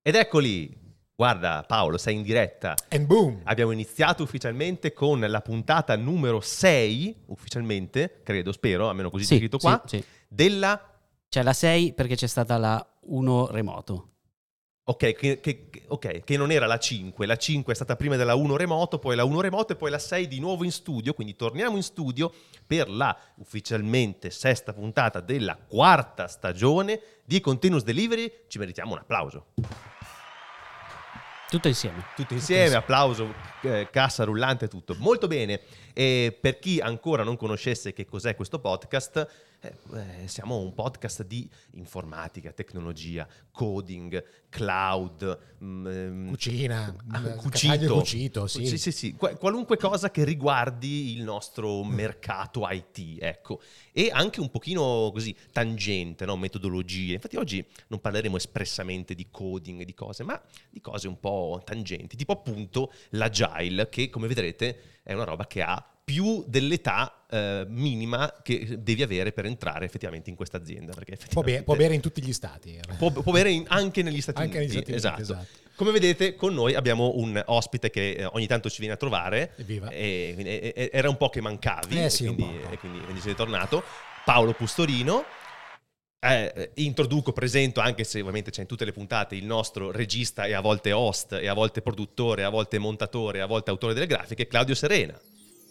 Ed eccoli, guarda Paolo, sei in diretta. And boom! Abbiamo iniziato ufficialmente con la puntata numero 6, ufficialmente, credo, spero, almeno così c'è scritto qua, sì. della... C'è la 6 perché c'è stata la 1 remoto. Ok, che non era la 5, la 5 è stata prima della 1 remoto, poi la 1 remoto e poi la 6 di nuovo in studio, quindi torniamo in studio per la ufficialmente sesta puntata della quarta stagione di Continuous Delivery. Ci meritiamo un applauso. Tutto insieme. Tutto insieme, applauso, cassa rullante, tutto. Molto bene. E per chi ancora non conoscesse che cos'è questo podcast, siamo un podcast di informatica, tecnologia, coding, cloud, cucina, cucito, sì. Sì. Qualunque cosa che riguardi il nostro mercato IT, ecco. E anche un pochino così tangente, no? Metodologie. Infatti oggi non parleremo espressamente di coding e di cose, ma di cose un po' tangenti, tipo appunto l'agile, che come vedrete è una roba che ha più dell'età minima che devi avere per entrare effettivamente in questa azienda. Perché effettivamente può bere in tutti gli stati. Può bere anche negli Stati Uniti. Esatto. Come vedete, con noi abbiamo un ospite che ogni tanto ci viene a trovare. Evviva. E era un po' che mancavi, sì, quindi sei tornato. Paolo Pustorino. Introduco, presento, anche se ovviamente c'è in tutte le puntate, il nostro regista e a volte host e a volte produttore, a volte montatore, a volte autore delle grafiche, Claudio Serena.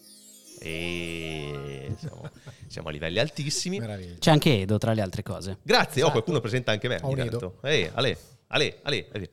E siamo a livelli altissimi. Meraviglia. C'è anche Edo tra le altre cose. Grazie, Esatto. qualcuno presenta anche me. Ho un Edo. Ale.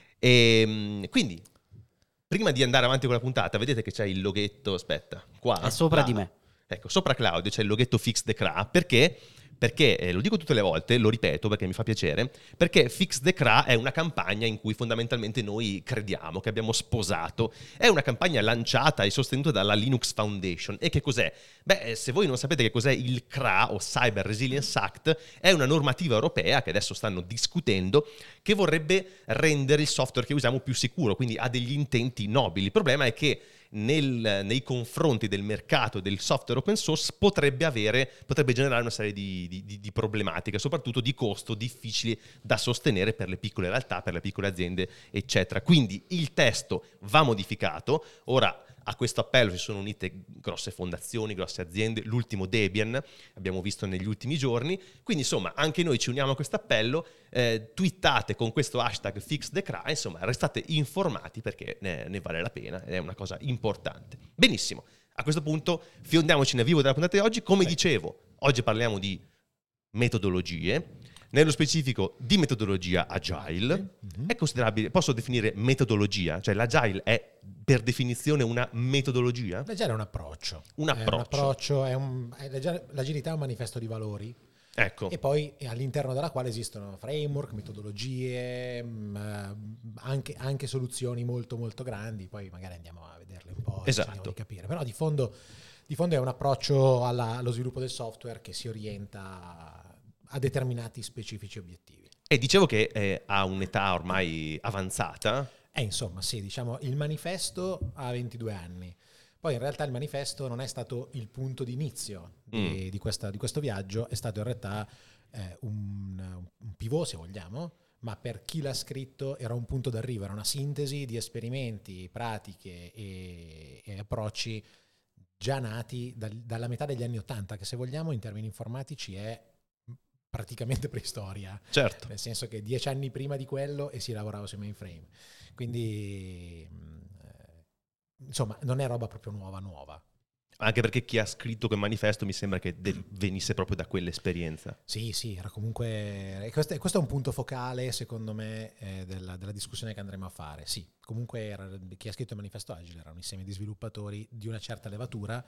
Quindi, prima di andare avanti con la puntata, vedete che c'è il loghetto, aspetta, qua. È sopra là. di me. Ecco, sopra Claudio c'è il loghetto Fix the CRA, perché lo dico tutte le volte, lo ripeto perché mi fa piacere, perché Fix the CRA è una campagna in cui fondamentalmente noi crediamo, che abbiamo sposato. È una campagna lanciata e sostenuta dalla Linux Foundation. E che cos'è? Beh, se voi non sapete che cos'è il CRA o Cyber Resilience Act, è una normativa europea che adesso stanno discutendo, che vorrebbe rendere il software che usiamo più sicuro, quindi ha degli intenti nobili. Il problema è che nei confronti del mercato del software open source potrebbe generare una serie di problematiche, soprattutto di costo difficili da sostenere per le piccole realtà, per le piccole aziende, eccetera. Quindi il testo va modificato. Ora, a questo appello si sono unite grosse fondazioni, grosse aziende, l'ultimo Debian abbiamo visto negli ultimi giorni, quindi insomma anche noi ci uniamo a questo appello, twittate con questo hashtag FixTheCRA, insomma restate informati perché ne vale la pena, è una cosa importante. Benissimo, a questo punto fiondiamoci nel vivo della puntata di oggi. Come dicevo, oggi parliamo di metodologie, nello specifico di metodologia agile. È considerabile, posso definire metodologia, cioè l'agile è per definizione una metodologia? L'agile è un approccio. L'agilità è un manifesto di valori. Ecco. E poi all'interno della quale esistono framework, metodologie, anche soluzioni molto molto grandi. Poi magari andiamo a vederle un po', cerchiamo di capire. Però di fondo è un approccio allo sviluppo del software che si orienta a determinati specifici obiettivi. E dicevo che ha un'età ormai avanzata. Insomma, sì, diciamo, il manifesto ha 22 anni. Poi in realtà il manifesto non è stato il punto di inizio di questo viaggio, è stato in realtà un pivot, se vogliamo, ma per chi l'ha scritto era un punto d'arrivo, era una sintesi di esperimenti, pratiche e approcci già nati dalla metà degli anni '80, che se vogliamo in termini informatici è praticamente preistoria. Certo. Nel senso che 10 anni prima di quello e si lavorava sui mainframe. Quindi, insomma, non è roba proprio nuova. Anche perché chi ha scritto quel manifesto mi sembra che venisse proprio da quell'esperienza. Sì, era comunque... Questo è un punto focale, secondo me, della discussione che andremo a fare. Sì, comunque chi ha scritto il manifesto agile era un insieme di sviluppatori di una certa levatura,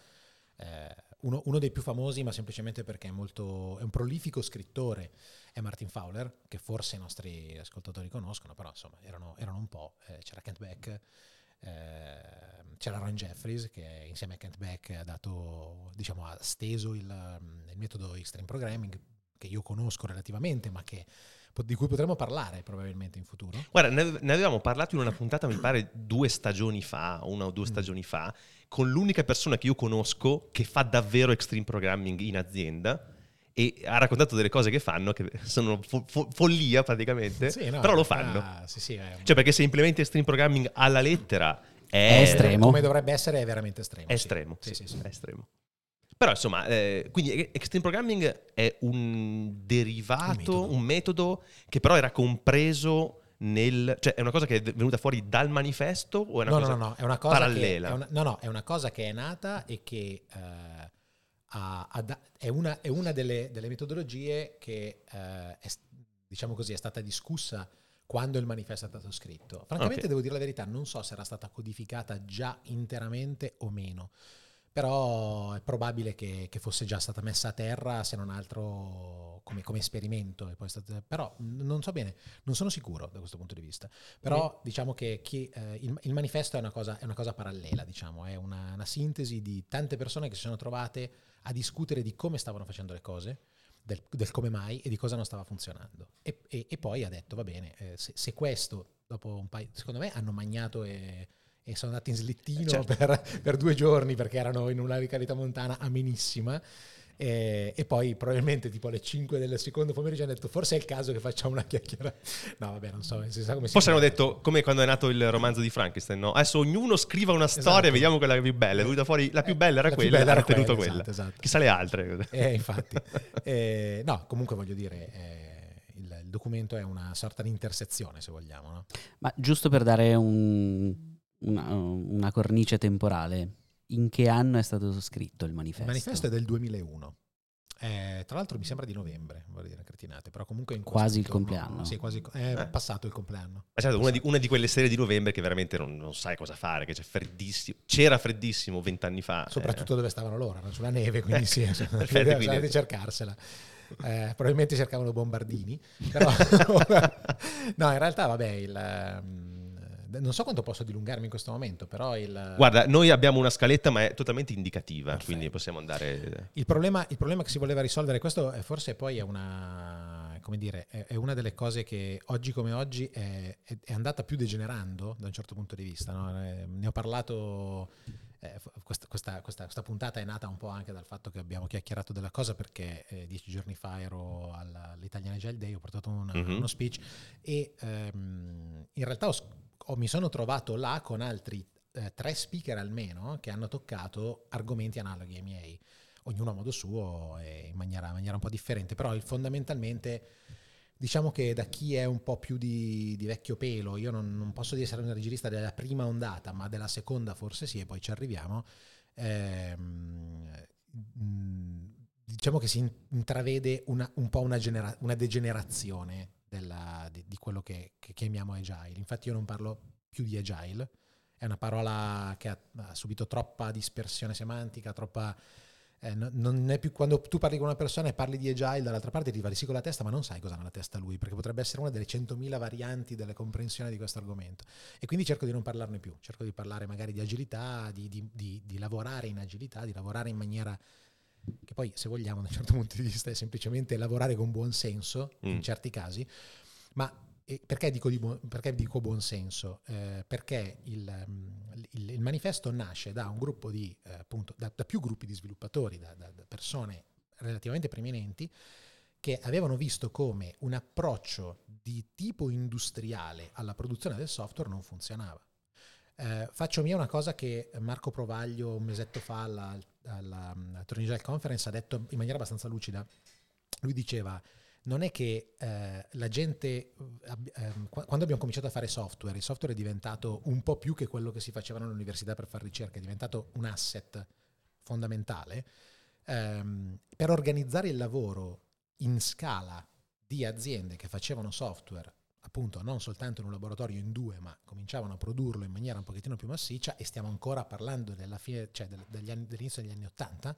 uno dei più famosi, ma semplicemente perché è un prolifico scrittore, è Martin Fowler, che forse i nostri ascoltatori conoscono, però insomma erano un po'. C'era Kent Beck, c'era Ron Jeffries, che insieme a Kent Beck ha steso il metodo Extreme Programming, che io conosco relativamente, ma di cui potremo parlare probabilmente in futuro. Guarda, ne avevamo parlato in una puntata, mi pare 2 stagioni fa, 1 o 2 stagioni fa, con l'unica persona che io conosco che fa davvero extreme programming in azienda, e ha raccontato delle cose che fanno che sono follia praticamente, Sì, no, però lo fanno. sì, Cioè, perché se implementi Extreme Programming alla lettera È estremo. come dovrebbe essere, è veramente estremo. È sì. estremo, Sì, sì, sì, sì. è estremo. Però insomma, quindi Extreme Programming è un derivato, un metodo che però era compreso cioè è una cosa che è venuta fuori dal manifesto o è una cosa No, è una cosa parallela? è una cosa che è nata e che è una delle metodologie che diciamo così, è stata discussa quando il manifesto è stato scritto. Francamente, devo dire la verità, non so se era stata codificata già interamente o meno. Però è probabile che fosse già stata messa a terra, se non altro come esperimento. E poi però non so bene, non sono sicuro da questo punto di vista. Però diciamo che il manifesto è una cosa parallela, diciamo, è una sintesi di tante persone che si sono trovate a discutere di come stavano facendo le cose, del come mai e di cosa non stava funzionando. E poi ha detto, va bene, se questo, dopo un paio, secondo me hanno magnato e sono andati in slittino per 2 giorni perché erano in una località montana amenissima e poi probabilmente tipo alle 5 del secondo pomeriggio hanno detto forse è il caso che facciamo una chiacchiera. No vabbè, non so, si sa come si Forse hanno chiama. detto come quando è nato il romanzo di Frankenstein, no? Adesso ognuno scriva una storia, Esatto. Vediamo quella che è più bella. È venuta fuori la più bella era la più quella, bella hanno era tenuto quella, quella. esatto. Chissà le altre. Infatti. No, comunque voglio dire, il documento è una sorta di intersezione, se vogliamo, no? Ma giusto per dare una cornice temporale, in che anno è stato scritto il manifesto? Il manifesto è del 2001. Tra l'altro mi sembra di novembre, vorrei dire cretinate, però comunque quasi il compleanno. Sì, quasi è passato il compleanno. Certo, una di quelle serie di novembre che veramente non sai cosa fare, che c'era freddissimo 20 anni fa. Soprattutto dove stavano loro, erano sulla neve, quindi sì, perfetto, bisogna cercarsela. Probabilmente cercavano bombardini, però no, in realtà vabbè, non so quanto posso dilungarmi in questo momento, però Guarda, noi abbiamo una scaletta ma è totalmente indicativa, Perfetto. quindi possiamo andare. Il problema che si voleva risolvere, questo forse poi è come dire, è una delle cose che oggi come oggi è andata più degenerando da un certo punto di vista, no? Ne ho parlato. Questa puntata è nata un po' anche dal fatto che abbiamo chiacchierato della cosa, perché 10 giorni fa ero all'Italian Agile Day, ho portato uno speech e in realtà mi sono trovato là con altri 3 speaker almeno che hanno toccato argomenti analoghi ai miei, ognuno a modo suo e in maniera un po' differente, però fondamentalmente diciamo che da chi è un po' più di vecchio pelo, io non posso dire essere un regista della prima ondata, ma della seconda forse sì, e poi ci arriviamo, diciamo che si intravede un po' una degenerazione di quello che chiamiamo agile. Infatti io non parlo più di agile, è una parola che ha subito troppa dispersione semantica, troppa... non è più, quando tu parli con una persona e parli di agile, dall'altra parte ti va di sì con la testa, ma non sai cosa ha nella testa lui, perché potrebbe essere una delle 100.000 varianti della comprensione di questo argomento. E quindi cerco di non parlarne più, cerco di parlare magari di agilità, di lavorare in agilità, di lavorare in maniera che poi, se vogliamo, da un certo punto di vista è semplicemente lavorare con buon senso in certi casi. Ma perché dico buon senso? Perché il manifesto nasce da un gruppo appunto, da più gruppi di sviluppatori, da persone relativamente preeminenti che avevano visto come un approccio di tipo industriale alla produzione del software non funzionava. Faccio mia una cosa che Marco Provaglio un mesetto fa alla Torino Agile Conference ha detto in maniera abbastanza lucida. Lui diceva: non è che la gente, quando abbiamo cominciato a fare software, il software è diventato un po' più che quello che si faceva all'università per fare ricerca, è diventato un asset fondamentale per organizzare il lavoro in scala di aziende che facevano software, appunto non soltanto in un laboratorio in 2, ma cominciavano a produrlo in maniera un pochettino più massiccia, e stiamo ancora parlando della fine, cioè dell'inizio degli anni '80.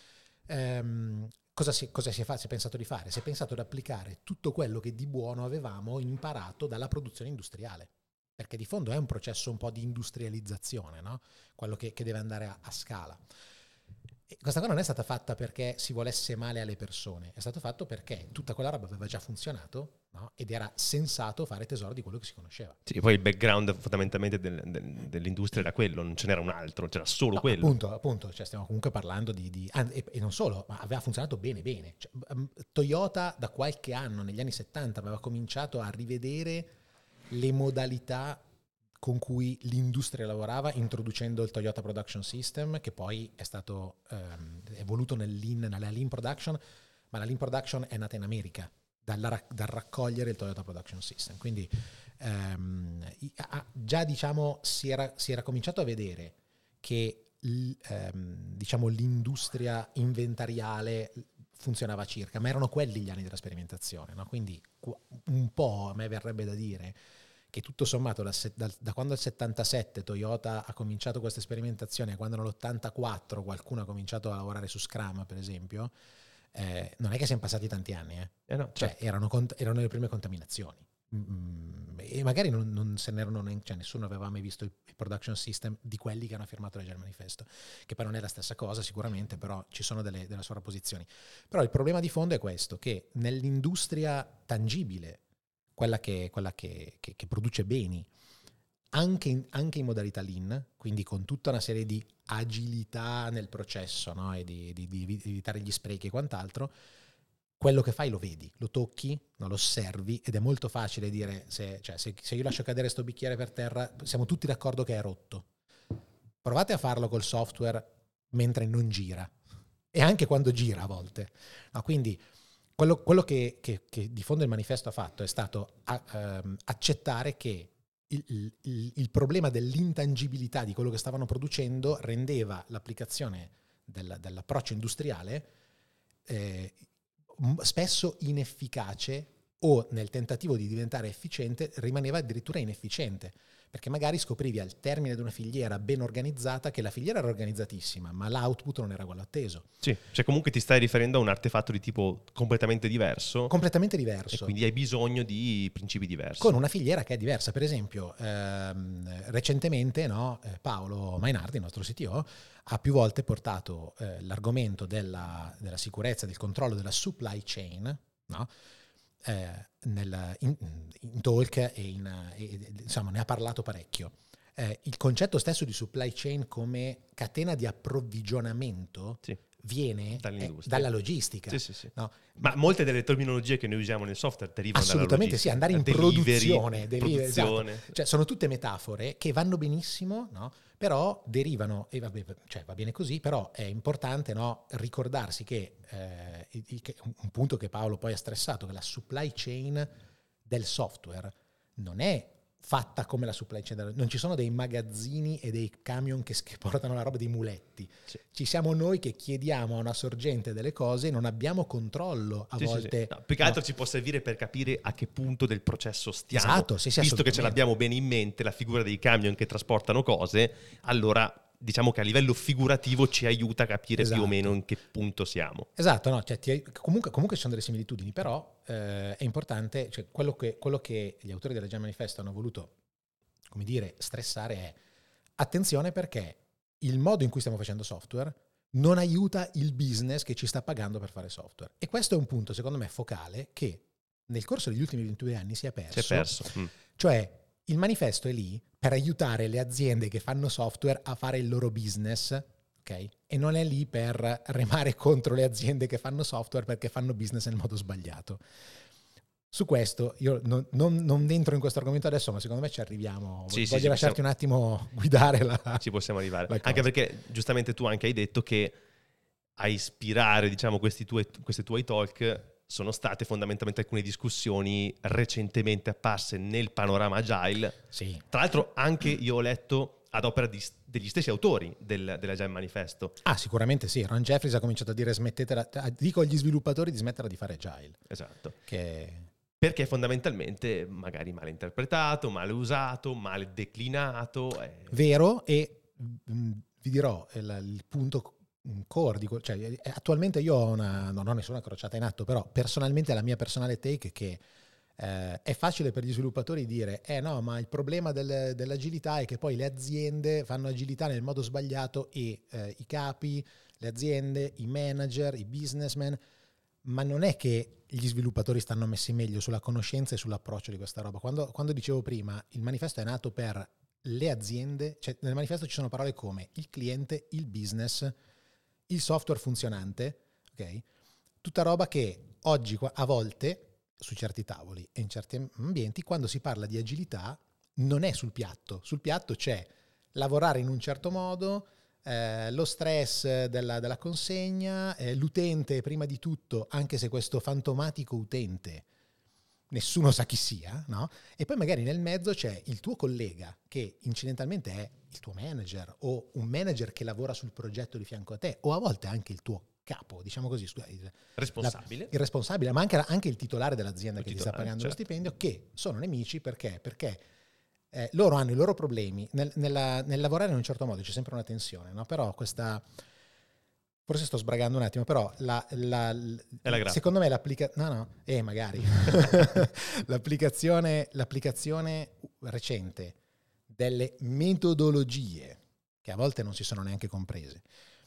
Cosa si è pensato di fare? Si è pensato di applicare tutto quello che di buono avevamo imparato dalla produzione industriale, perché di fondo è un processo un po' di industrializzazione, no? Quello che deve andare a scala. E questa cosa non è stata fatta perché si volesse male alle persone, è stato fatto perché tutta quella roba aveva già funzionato, no? Ed era sensato fare tesoro di quello che si conosceva. Sì, poi il background fondamentalmente dell'industria era quello, non ce n'era un altro, c'era solo No, quello. appunto, cioè stiamo comunque parlando e non solo, ma aveva funzionato bene. Cioè, Toyota da qualche anno, negli anni 70, aveva cominciato a rivedere le modalità con cui l'industria lavorava, introducendo il Toyota Production System, che poi è stato evoluto nella Lean Production, ma la Lean Production è nata in America, dal raccogliere il Toyota Production System. Quindi già diciamo si era cominciato a vedere che diciamo l'industria inventariale funzionava circa, ma erano quelli gli anni della sperimentazione, no? Quindi un po' a me verrebbe da dire che tutto sommato da quando nel 77 Toyota ha cominciato questa sperimentazione a quando nell'84 qualcuno ha cominciato a lavorare su Scrum, per esempio, non è che siano passati tanti anni, No, cioè erano le prime contaminazioni. E magari non se n'erano cioè nessuno aveva mai visto il production system di quelli che hanno firmato l'Agile Manifesto, che poi non è la stessa cosa sicuramente, però ci sono delle sovrapposizioni. Però il problema di fondo è questo, che nell'industria tangibile, quella che produce beni, anche in modalità lean, quindi con tutta una serie di agilità nel processo, no? E di evitare gli sprechi e quant'altro, quello che fai lo vedi, lo tocchi, no? Lo osservi, ed è molto facile dire se io lascio cadere sto bicchiere per terra, siamo tutti d'accordo che è rotto. Provate a farlo col software mentre non gira, e anche quando gira a volte. No, quindi quello che di fondo il manifesto ha fatto è stato accettare che il problema dell'intangibilità di quello che stavano producendo rendeva l'applicazione dell'approccio industriale spesso inefficace, o nel tentativo di diventare efficiente rimaneva addirittura inefficiente, perché magari scoprivi al termine di una filiera ben organizzata che la filiera era organizzatissima, ma l'output non era quello atteso. Sì, cioè comunque ti stai riferendo a un artefatto di tipo completamente diverso. Completamente diverso. E quindi hai bisogno di principi diversi. Con una filiera che è diversa. Per esempio, recentemente Paolo Mainardi, il nostro CTO, ha più volte portato l'argomento della sicurezza, del controllo della supply chain, no? In talk e insomma ne ha parlato parecchio. Il concetto stesso di supply chain come catena di approvvigionamento viene dalla logistica. Sì. No? Ma molte delle terminologie che noi usiamo nel software derivano assolutamente dalla logistica. Sì, andare in produzione. Produzione. Esatto. Cioè, sono tutte metafore che vanno benissimo, no? Però derivano, e vabbè, cioè va bene così, però è importante, no, ricordarsi che un punto che Paolo poi ha stressato, che la supply chain del software non è fatta come la supply chain, non ci sono dei magazzini e dei camion che portano la roba, dei muletti. Sì. Ci siamo noi che chiediamo a una sorgente delle cose, non abbiamo controllo a volte. Sì. No, più che altro ci può servire per capire a che punto del processo stiamo. Esatto, visto che ce l'abbiamo bene in mente la figura dei camion che trasportano cose, allora diciamo che a livello figurativo ci aiuta a capire più o meno in che punto siamo. Esatto, no, cioè comunque ci sono delle similitudini, però è importante, cioè quello che gli autori dell'Agile Manifesto hanno voluto, come dire, stressare è attenzione, perché il modo in cui stiamo facendo software non aiuta il business che ci sta pagando per fare software. E questo è un punto, secondo me, focale, che nel corso degli ultimi 22 anni si è perso. Cioè, il manifesto è lì per aiutare le aziende che fanno software a fare il loro business, ok? E non è lì per remare contro le aziende che fanno software perché fanno business nel modo sbagliato. Su questo io non entro in questo argomento adesso, ma secondo me ci arriviamo. Voglio lasciarti un attimo guidare ci possiamo arrivare. Anche perché giustamente tu anche hai detto che a ispirare, diciamo, questi tuoi talk sono state fondamentalmente alcune discussioni recentemente apparse nel panorama Agile. Sì. Tra l'altro anche io ho letto ad opera degli stessi autori dell'Agile Manifesto. Sicuramente sì. Ron Jeffries ha cominciato a dire dico agli sviluppatori di smettere di fare Agile. Esatto. Perché fondamentalmente magari male interpretato, male usato, male declinato. Vero, e vi dirò il punto core attualmente io ho non ho nessuna crociata in atto, però personalmente la mia personale take è che È facile per gli sviluppatori dire no, ma il problema dell'agilità è che poi le aziende fanno agilità nel modo sbagliato e i capi, le aziende, i manager, i businessmen, ma non è che gli sviluppatori stanno messi meglio sulla conoscenza e sull'approccio di questa roba. Quando dicevo prima, il manifesto è nato per le aziende, cioè nel manifesto ci sono parole come il cliente, il business, il software funzionante, ok? Tutta roba che oggi a volte su certi tavoli e in certi ambienti, quando si parla di agilità, non è sul piatto. Sul piatto c'è lavorare in un certo modo, lo stress della consegna, l'utente prima di tutto, anche se questo fantomatico utente nessuno sa chi sia, no? E poi magari nel mezzo c'è il tuo collega che incidentalmente è il tuo manager o un manager che lavora sul progetto di fianco a te o a volte anche il tuo capo, diciamo così, scusa, il responsabile, ma anche il titolare dell'azienda che ti sta pagando lo stipendio, che sono nemici perché loro hanno i loro problemi nel lavorare in un certo modo, c'è sempre una tensione, no? Però questa, forse sto sbragando un attimo, però secondo me magari l'applicazione recente delle metodologie che a volte non si sono neanche comprese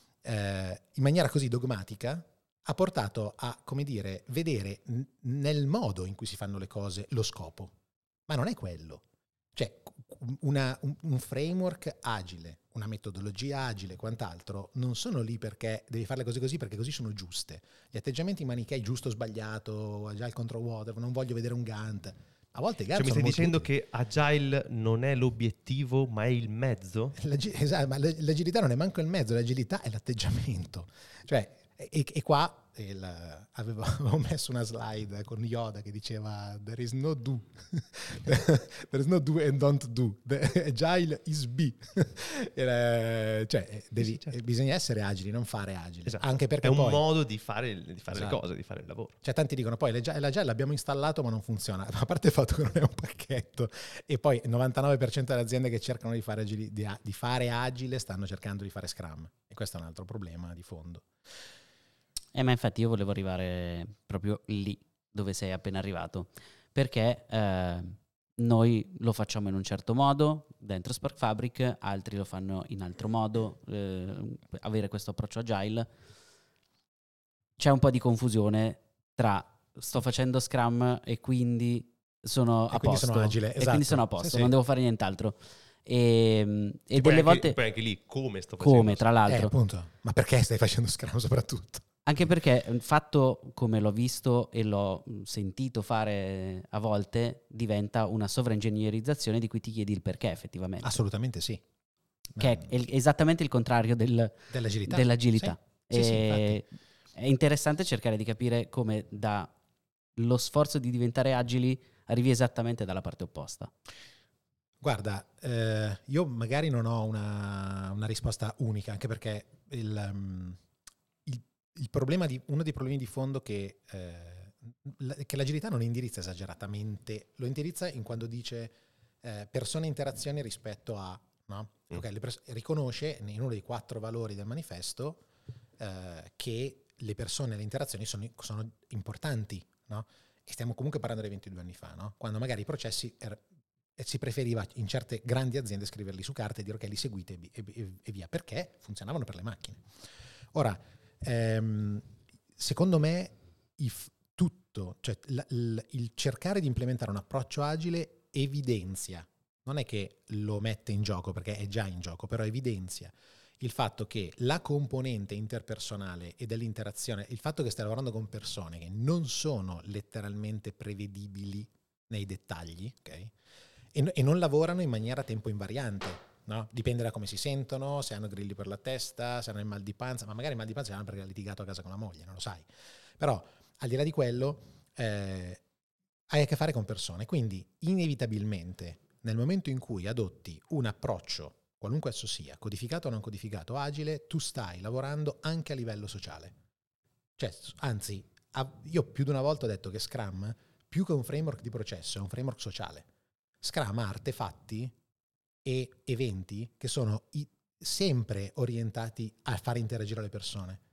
in maniera così dogmatica ha portato a, come dire, vedere nel modo in cui si fanno le cose lo scopo, ma non è quello. Cioè un framework agile, una metodologia agile e quant'altro non sono lì perché devi fare le cose così perché così sono giuste. Gli atteggiamenti manichei, giusto o sbagliato, agile contro water, non voglio vedere un Gantt. A volte i Gantt mi sono stai dicendo utili. che agile non è l'obiettivo ma è il mezzo? Esatto, ma l'agilità non è manco il mezzo, l'agilità è l'atteggiamento. Cioè, e qua avevo messo una slide con Yoda che diceva there is no do there is no do and don't do, the agile is be. Cioè certo. Bisogna essere agili, non fare agile, esatto. Anche perché è un poi, modo di fare esatto, le cose, di fare il lavoro. Cioè tanti dicono poi l'agile l'abbiamo installato ma non funziona, a parte il fatto che non è un pacchetto, e poi il 99% delle aziende che cercano di fare agile stanno cercando di fare Scrum, e questo è un altro problema di fondo. Ma infatti io volevo arrivare proprio lì dove sei appena arrivato, perché noi lo facciamo in un certo modo dentro Spark Fabric, altri lo fanno in altro modo, avere questo approccio agile. C'è un po' di confusione tra sto facendo Scrum e quindi sono a posto, sono agile, esatto. E quindi sono a posto, sì, non devo fare nient'altro. E delle volte poi anche lì come sto facendo, come tra l'altro, appunto, ma perché stai facendo Scrum soprattutto? Anche perché fatto come l'ho visto e l'ho sentito fare a volte, diventa una sovraingegnerizzazione di cui ti chiedi il perché effettivamente. Assolutamente sì. Che è esattamente il contrario dell'agilità. Sì, infatti. È interessante cercare di capire come dallo sforzo di diventare agili arrivi esattamente dalla parte opposta. Guarda, io magari non ho una risposta unica, anche perché il problema uno dei problemi di fondo che l'agilità non indirizza esageratamente, lo indirizza in quando dice persone e interazioni rispetto a, no? Okay, riconosce in uno dei 4 valori del manifesto che le persone e le interazioni sono importanti, no? E stiamo comunque parlando dei 22 anni fa, no? Quando magari i processi si preferiva in certe grandi aziende scriverli su carta e dire ok, li seguite e via, perché funzionavano per le macchine. Ora, secondo me cioè il cercare di implementare un approccio agile evidenzia, non è che lo mette in gioco perché è già in gioco, però evidenzia il fatto che la componente interpersonale e dell'interazione, il fatto che stai lavorando con persone che non sono letteralmente prevedibili nei dettagli, ok? E non lavorano in maniera a tempo invariante. No? Dipende da come si sentono, se hanno grilli per la testa, se hanno il mal di panza, ma magari il mal di panza l'hanno perché ha litigato a casa con la moglie, non lo sai. Però al di là di quello hai a che fare con persone, quindi inevitabilmente nel momento in cui adotti un approccio, qualunque esso sia, codificato o non codificato, agile, tu stai lavorando anche a livello sociale. Cioè, anzi, io più di una volta ho detto che Scrum, più che un framework di processo, è un framework sociale. Scrum ha artefatti e eventi che sono sempre orientati a fare interagire le persone.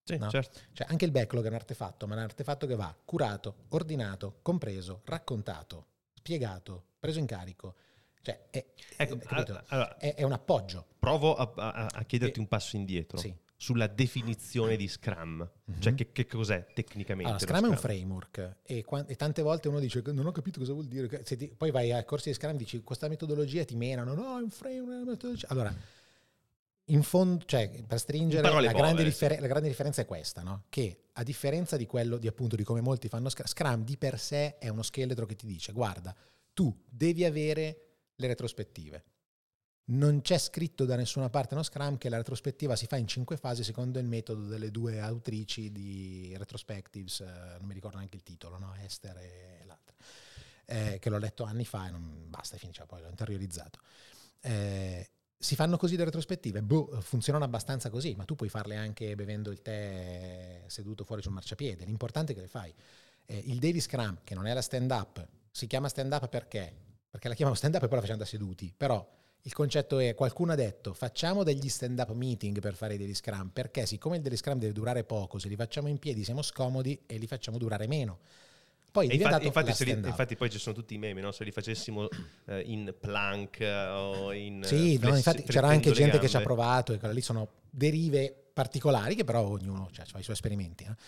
Sì, no? certo. Cioè anche il backlog è un artefatto, ma è un artefatto che va curato, ordinato, compreso, raccontato, spiegato, preso in carico. Cioè Ecco, capito? allora, È un appoggio. provo a chiederti un passo indietro Sì. sulla definizione di Scrum. Cioè che cos'è tecnicamente? Allora, Scrum è un framework e tante volte uno dice non ho capito cosa vuol dire. Poi vai a corsi di Scrum e dici questa metodologia ti menano, no, è un framework, è una metodologia. Allora, in fondo, cioè, per stringere, la grande differenza è questa, no? Che a differenza di quello appunto di come molti fanno Scrum di per sé è uno scheletro che ti dice guarda, tu devi avere le retrospettive. Non c'è scritto da nessuna parte uno Scrum che la retrospettiva si fa in 5 fasi secondo il metodo delle 2 autrici di Retrospectives, non mi ricordo neanche il titolo, no? Esther e l'altra, che l'ho letto anni fa e non basta, finisce, poi l'ho interiorizzato. Si fanno così le retrospettive? Funzionano abbastanza così, ma tu puoi farle anche bevendo il tè seduto fuori sul marciapiede. L'importante è che le fai. Il Daily Scrum, che non è la stand-up, si chiama stand-up perché la chiamano stand-up e poi la facciamo da seduti, però il concetto è, qualcuno ha detto facciamo degli stand-up meeting per fare i daily scrum, perché siccome il daily scrum deve durare poco, se li facciamo in piedi siamo scomodi e li facciamo durare meno. Poi infatti poi ci sono tutti i meme, no? Se li facessimo in plank o in sì, no, infatti c'era anche gente che ci ha provato e lì sono derive particolari che però ognuno ha i suoi esperimenti, no?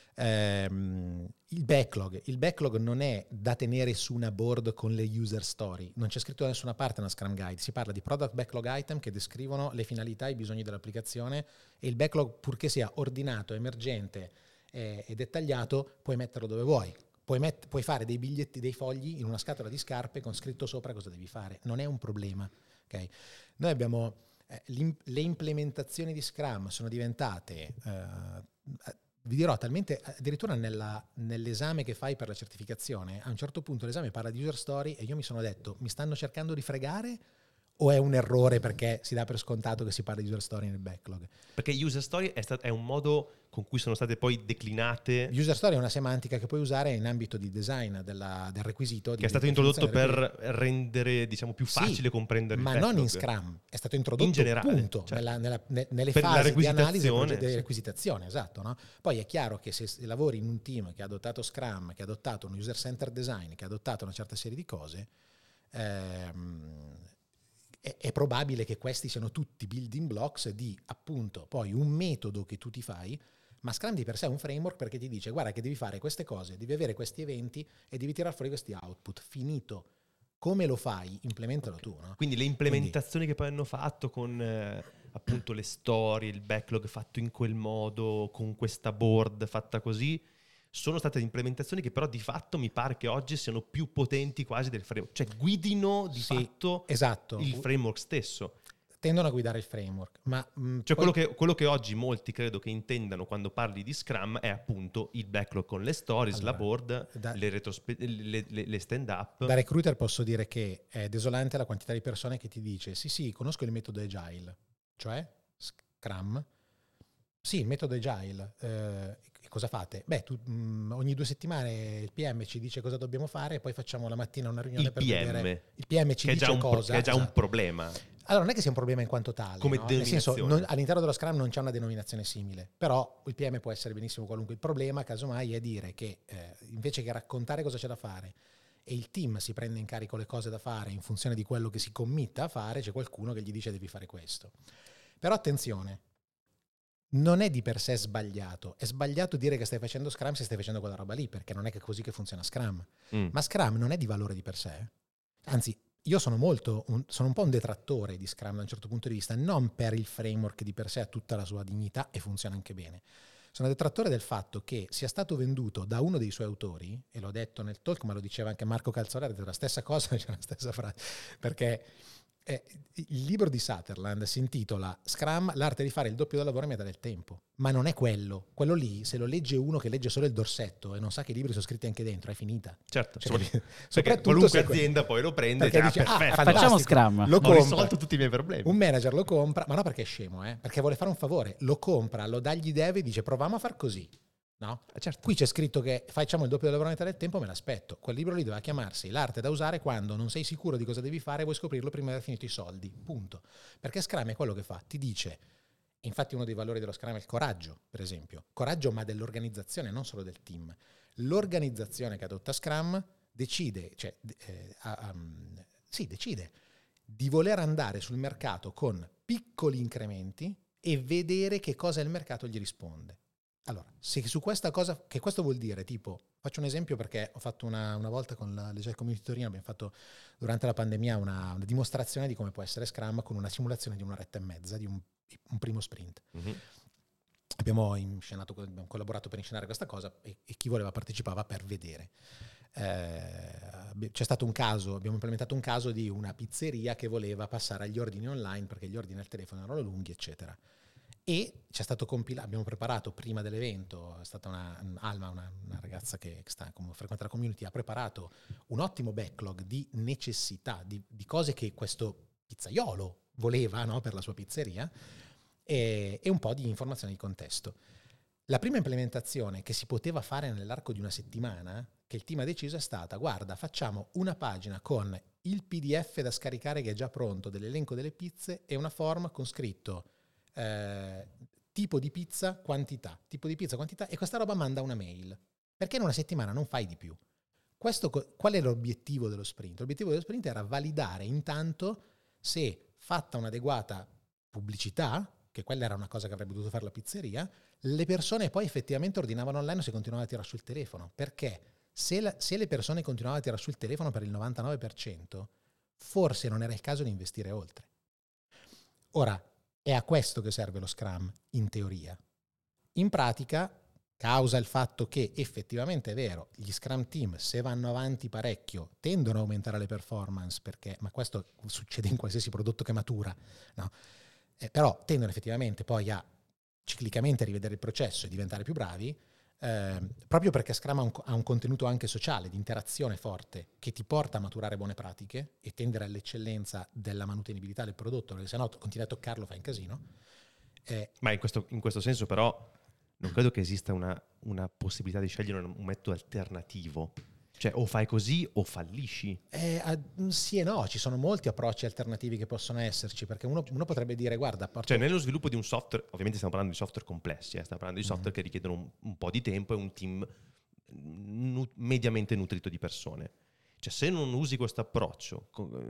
Il backlog non è da tenere su una board con le user story, non c'è scritto da nessuna parte una Scrum Guide, si parla di product backlog item che descrivono le finalità e i bisogni dell'applicazione, e il backlog, purché sia ordinato, emergente e dettagliato, puoi metterlo dove vuoi. Puoi fare dei biglietti, dei fogli in una scatola di scarpe con scritto sopra cosa devi fare, non è un problema, okay? Noi abbiamo le implementazioni di Scrum sono diventate vi dirò talmente, addirittura nell'esame che fai per la certificazione, a un certo punto l'esame parla di user story e io mi sono detto, mi stanno cercando di fregare o è un errore perché si dà per scontato che si parla di user story nel backlog? Perché user story è un modo con cui sono state poi declinate. User story è una semantica che puoi usare in ambito di design del requisito. Che è stato introdotto per rendere, diciamo, più facile comprendere il backlog. Ma non in Scrum, è stato introdotto in generale, punto, certo. nelle per fasi di analisi sì. di requisitazione, esatto. No? Poi è chiaro che se lavori in un team che ha adottato Scrum, che ha adottato un user-centered design, che ha adottato una certa serie di cose, è probabile che questi siano tutti building blocks di appunto poi un metodo che tu ti fai, ma Scrum di per sé è un framework perché ti dice guarda che devi fare queste cose, devi avere questi eventi e devi tirare fuori questi output, finito. Come lo fai? Implementalo tu, no? Quindi le implementazioni che poi hanno fatto con appunto le storie, il backlog fatto in quel modo, con questa board fatta così, sono state implementazioni che però di fatto mi pare che oggi siano più potenti quasi del framework, cioè guidino di fatto esatto. il framework stesso. Tendono a guidare il framework, ma cioè poi quello che oggi molti credo che intendano quando parli di Scrum è appunto il backlog con le stories, allora, la board, le stand up. Da recruiter posso dire che è desolante la quantità di persone che ti dice sì conosco il metodo agile, cioè Scrum. Sì, il metodo agile. Cosa fate? Beh, ogni 2 settimane il PM ci dice cosa dobbiamo fare e poi facciamo la mattina una riunione vedere. Il PM ci dice cosa. Che è già un problema. Allora, non è che sia un problema in quanto tale, come no? Nel senso, all'interno dello Scrum non c'è una denominazione simile, però il PM può essere benissimo qualunque. Il problema, casomai, è dire che invece che raccontare cosa c'è da fare e il team si prende in carico le cose da fare in funzione di quello che si committa a fare, c'è qualcuno che gli dice devi fare questo. Però attenzione, non è di per sé sbagliato. È sbagliato dire che stai facendo Scrum se stai facendo quella roba lì, perché non è che è così che funziona Scrum. Ma Scrum non è di valore di per sé. Anzi, io sono un po' un detrattore di Scrum da un certo punto di vista, non per il framework che di per sé ha tutta la sua dignità e funziona anche bene. Sono detrattore del fatto che sia stato venduto da uno dei suoi autori, e l'ho detto nel talk, ma lo diceva anche Marco Calzolari, ha detto la stessa cosa, c'è la stessa frase, perché il libro di Sutherland si intitola Scrum, l'arte di fare il doppio del lavoro a metà del tempo, ma non è quello lì, se lo legge uno che legge solo il dorsetto e non sa che i libri sono scritti anche dentro, è finita. Certo, perché qualunque azienda poi lo prende e dice, perfetto, facciamo Scrum, lo compra, ho risolto tutti i miei problemi. Un manager lo compra, ma no perché è scemo, perché vuole fare un favore, lo compra, lo dà gli dev e dice proviamo a far così. No? Certo. Qui c'è scritto che facciamo il doppio del lavoro a metà del tempo, me l'aspetto. Quel libro lì doveva chiamarsi l'arte da usare quando non sei sicuro di cosa devi fare e vuoi scoprirlo prima di aver finito i soldi, punto. Perché Scrum è quello che fa, ti dice Infatti uno dei valori dello Scrum è il coraggio, per esempio. Coraggio ma dell'organizzazione, non solo del team. L'organizzazione che adotta Scrum decide di voler andare sul mercato con piccoli incrementi e vedere che cosa il mercato gli risponde. Allora, se su questa cosa, che questo vuol dire, tipo, faccio un esempio perché ho fatto una volta con l'Agile Community Torino, abbiamo fatto durante la pandemia una dimostrazione di come può essere Scrum con una simulazione di 1 ora e mezza, di un primo sprint. Mm-hmm. Abbiamo collaborato per inscenare questa cosa e chi voleva partecipava per vedere. C'è stato un caso, abbiamo implementato un caso di una pizzeria che voleva passare agli ordini online perché gli ordini al telefono erano lunghi, eccetera. E c'è stato abbiamo preparato prima dell'evento, è stata Alma, una ragazza che frequenta la community, ha preparato un ottimo backlog di necessità, di cose che questo pizzaiolo voleva, no, per la sua pizzeria, e un po' di informazioni di contesto. La prima implementazione che si poteva fare nell'arco di una settimana, che il team ha deciso, è stata: guarda, facciamo una pagina con il PDF da scaricare che è già pronto, dell'elenco delle pizze, e una form con scritto tipo di pizza, quantità, e questa roba manda una mail. Perché in una settimana non fai di più. Qual è l'obiettivo dello sprint? L'obiettivo dello sprint era validare intanto se, fatta un'adeguata pubblicità, che quella era una cosa che avrebbe dovuto fare la pizzeria, le persone poi effettivamente ordinavano online o se continuavano a tirare sul telefono. Perché se le persone continuavano a tirare sul telefono per il 99%, forse non era il caso di investire oltre. Ora, è a questo che serve lo Scrum, in teoria. In pratica, causa il fatto che effettivamente è vero, gli Scrum team, se vanno avanti parecchio, tendono a aumentare le performance, ma questo succede in qualsiasi prodotto che matura, no? Però tendono effettivamente poi a ciclicamente rivedere il processo e diventare più bravi, proprio perché Scrum ha un contenuto anche sociale, di interazione forte, che ti porta a maturare buone pratiche e tendere all'eccellenza della manutenibilità del prodotto, perché se no continui a toccarlo, fai un casino. Ma in questo senso però non credo che esista una possibilità di scegliere un metodo alternativo. Cioè, o fai così o fallisci. Sì e no, ci sono molti approcci alternativi che possono esserci, perché uno potrebbe dire, guarda... Cioè, nello sviluppo di un software, ovviamente stiamo parlando di software complessi, stiamo parlando di software che richiedono un po' di tempo e un team mediamente nutrito di persone. Cioè, se non usi questo approccio,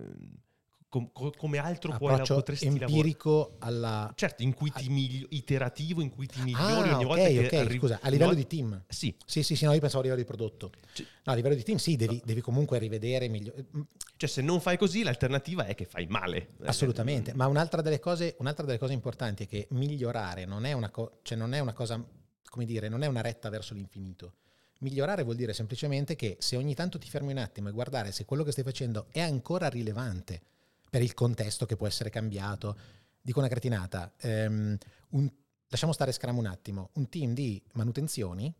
come altro potresti empirico certo, in cui iterativo, in cui ti migliori ogni volta che arrivi. Scusa, a livello di team. Sì, no, io pensavo a livello di prodotto. No, a livello di team sì, devi comunque rivedere, Cioè, se non fai così, l'alternativa è che fai male. Assolutamente, ma un'altra delle cose importanti è che migliorare non è una cosa, come dire, non è una retta verso l'infinito. Migliorare vuol dire semplicemente che se ogni tanto ti fermi un attimo e guardare se quello che stai facendo è ancora rilevante per il contesto che può essere cambiato. Dico una cretinata, lasciamo stare Scrum un attimo, un team di manutenzioni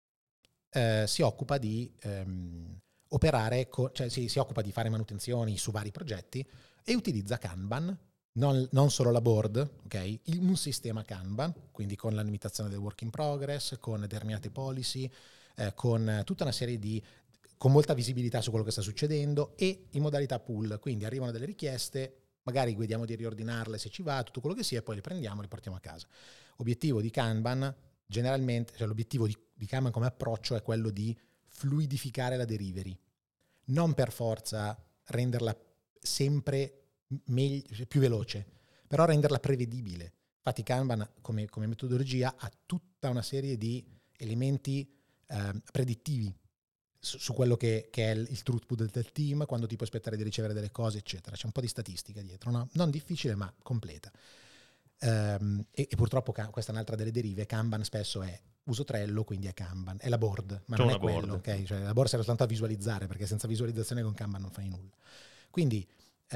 si occupa di operare, si occupa di fare manutenzioni su vari progetti e utilizza Kanban, non solo la board, ok? Un sistema Kanban, quindi con la limitazione del work in progress, con determinate policy, con tutta una serie con molta visibilità su quello che sta succedendo e in modalità pool, quindi arrivano delle richieste, magari vediamo di riordinarle se ci va, tutto quello che sia, e poi le prendiamo e le portiamo a casa. Obiettivo di Kanban, generalmente, cioè l'obiettivo di Kanban come approccio è quello di fluidificare la delivery, non per forza renderla sempre più veloce, però renderla prevedibile. Infatti Kanban come metodologia ha tutta una serie di elementi predittivi su quello che è il throughput del team, quando ti puoi aspettare di ricevere delle cose, eccetera. C'è un po' di statistica dietro, no? Non difficile ma completa. E purtroppo questa è un'altra delle derive. Kanban spesso è uso Trello, quindi è Kanban, è la board, ma non è quello, ok? Cioè, la board serve soltanto a visualizzare, perché senza visualizzazione con Kanban non fai nulla. Quindi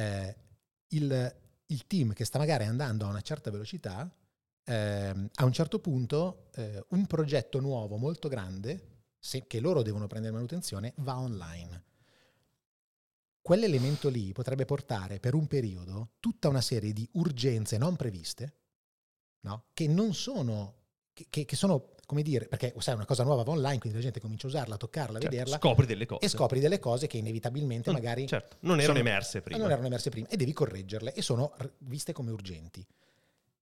il team che sta magari andando a una certa velocità, a un certo punto un progetto nuovo molto grande, che loro devono prendere manutenzione, va online. Quell'elemento lì potrebbe portare per un periodo tutta una serie di urgenze non previste, no? Che non sono, che sono, come dire, perché sai, una cosa nuova va online, quindi la gente comincia a usarla, a toccarla, a vederla. Scopri delle cose. E scopri delle cose che inevitabilmente magari non erano emerse prima. Non erano emerse prima e devi correggerle e sono viste come urgenti.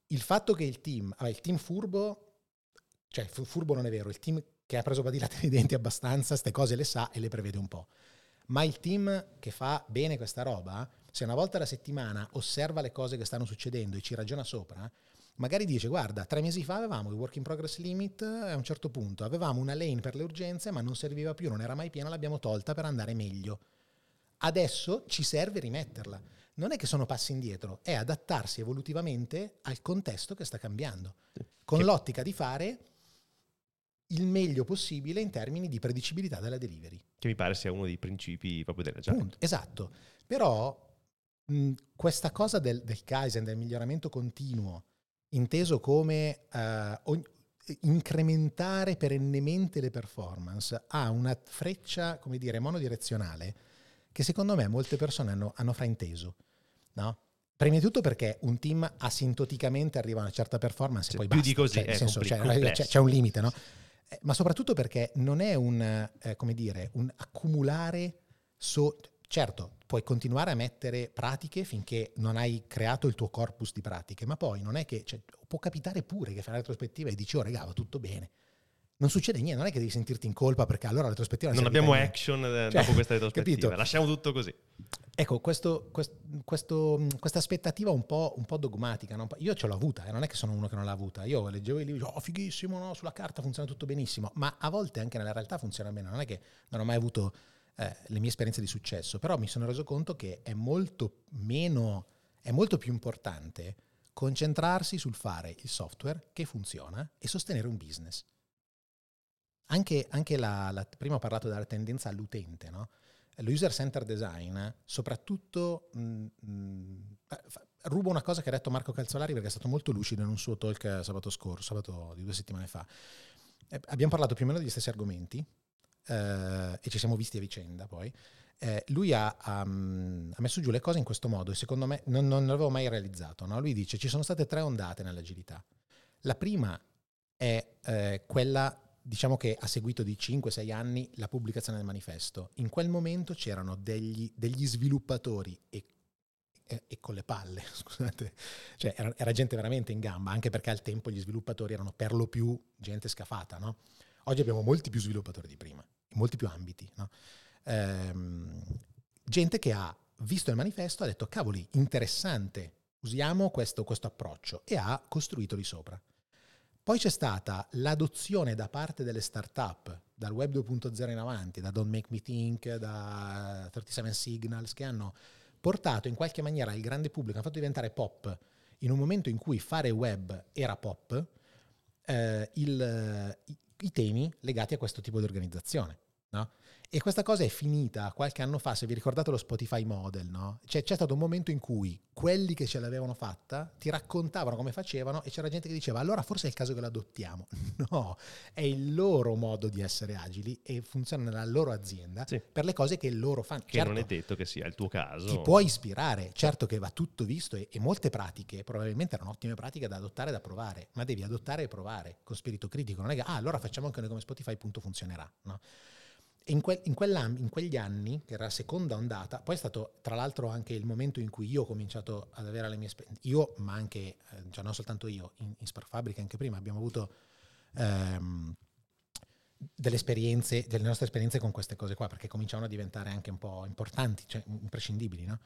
il fatto che il team furbo, cioè furbo non è vero, il team che ha preso badilate nei denti abbastanza, ste cose le sa e le prevede un po'. Ma il team che fa bene questa roba, se una volta alla settimana osserva le cose che stanno succedendo e ci ragiona sopra, magari dice: guarda, 3 mesi fa avevamo il work in progress limit a un certo punto, avevamo una lane per le urgenze ma non serviva più, non era mai piena, l'abbiamo tolta per andare meglio. Adesso ci serve rimetterla. Non è che sono passi indietro, è adattarsi evolutivamente al contesto che sta cambiando, con l'ottica di fare il meglio possibile in termini di predicibilità della delivery. Che mi pare sia uno dei principi proprio dell'agile. Esatto. Però questa cosa del Kaizen, del miglioramento continuo, inteso come incrementare perennemente le performance, ha una freccia, come dire, monodirezionale che secondo me molte persone hanno frainteso, no? Prima di tutto perché un team asintoticamente arriva a una certa performance e poi più basta. di così, cioè, nel senso, c'è un limite, no? Ma soprattutto perché non è un accumulare. Certo, puoi continuare a mettere pratiche finché non hai creato il tuo corpus di pratiche, ma poi non è che, cioè, può capitare pure che fai la retrospettiva e dici: oh raga, va tutto bene. Non succede niente, non è che devi sentirti in colpa perché allora la retrospettiva non abbiamo action dopo questa retrospettiva, capito? Lasciamo tutto così. Ecco, questa aspettativa un po' dogmatica, no? Io ce l'ho avuta, non è che sono uno che non l'ha avuta. Io leggevo i libri, fighissimo, no? Sulla carta funziona tutto benissimo, ma a volte anche nella realtà funziona bene. Non è che non ho mai avuto le mie esperienze di successo, però mi sono reso conto che è molto più importante concentrarsi sul fare il software che funziona e sostenere un business. Anche prima ho parlato della tendenza all'utente, no? Lo user-centered design, soprattutto, rubo una cosa che ha detto Marco Calzolari perché è stato molto lucido in un suo talk sabato di 2 settimane fa. Abbiamo parlato più o meno degli stessi argomenti e ci siamo visti a vicenda poi. Lui ha messo giù le cose in questo modo e secondo me non l'avevo mai realizzato, no? Lui dice: ci sono state 3 ondate nell'agilità. La prima è quella, diciamo, che ha seguito di 5-6 anni la pubblicazione del manifesto. In quel momento c'erano degli sviluppatori e con le palle, scusate, cioè era gente veramente in gamba, anche perché al tempo gli sviluppatori erano per lo più gente scafata, no? Oggi abbiamo molti più sviluppatori di prima, in molti più ambiti, no? Gente che ha visto il manifesto, ha detto: cavoli, interessante, usiamo questo approccio, e ha costruito lì sopra. Poi c'è stata l'adozione da parte delle start-up, dal web 2.0 in avanti, da Don't Make Me Think, da 37 Signals, che hanno portato in qualche maniera il grande pubblico, hanno fatto diventare pop, in un momento in cui fare web era pop, i temi legati a questo tipo di organizzazione, no? E questa cosa è finita qualche anno fa, se vi ricordate lo Spotify model, no? C'è stato un momento in cui quelli che ce l'avevano fatta ti raccontavano come facevano e c'era gente che diceva: allora forse è il caso che l'adottiamo. No, è il loro modo di essere agili e funziona nella loro azienda, sì, per le cose che loro fanno. Che certo, non è detto che sia il tuo caso. Ti può ispirare, certo che va tutto visto e molte pratiche probabilmente erano ottime pratiche da adottare e da provare, ma devi adottare e provare con spirito critico. Non è che allora facciamo anche noi come Spotify, punto, funzionerà, no? In quegli anni, che era la seconda ondata, poi è stato tra l'altro anche il momento in cui io ho cominciato ad avere le mie esperienze, io, ma anche, cioè non soltanto io, in Spark Fabric anche prima abbiamo avuto delle nostre esperienze con queste cose qua, perché cominciavano a diventare anche un po' importanti, cioè imprescindibili, no?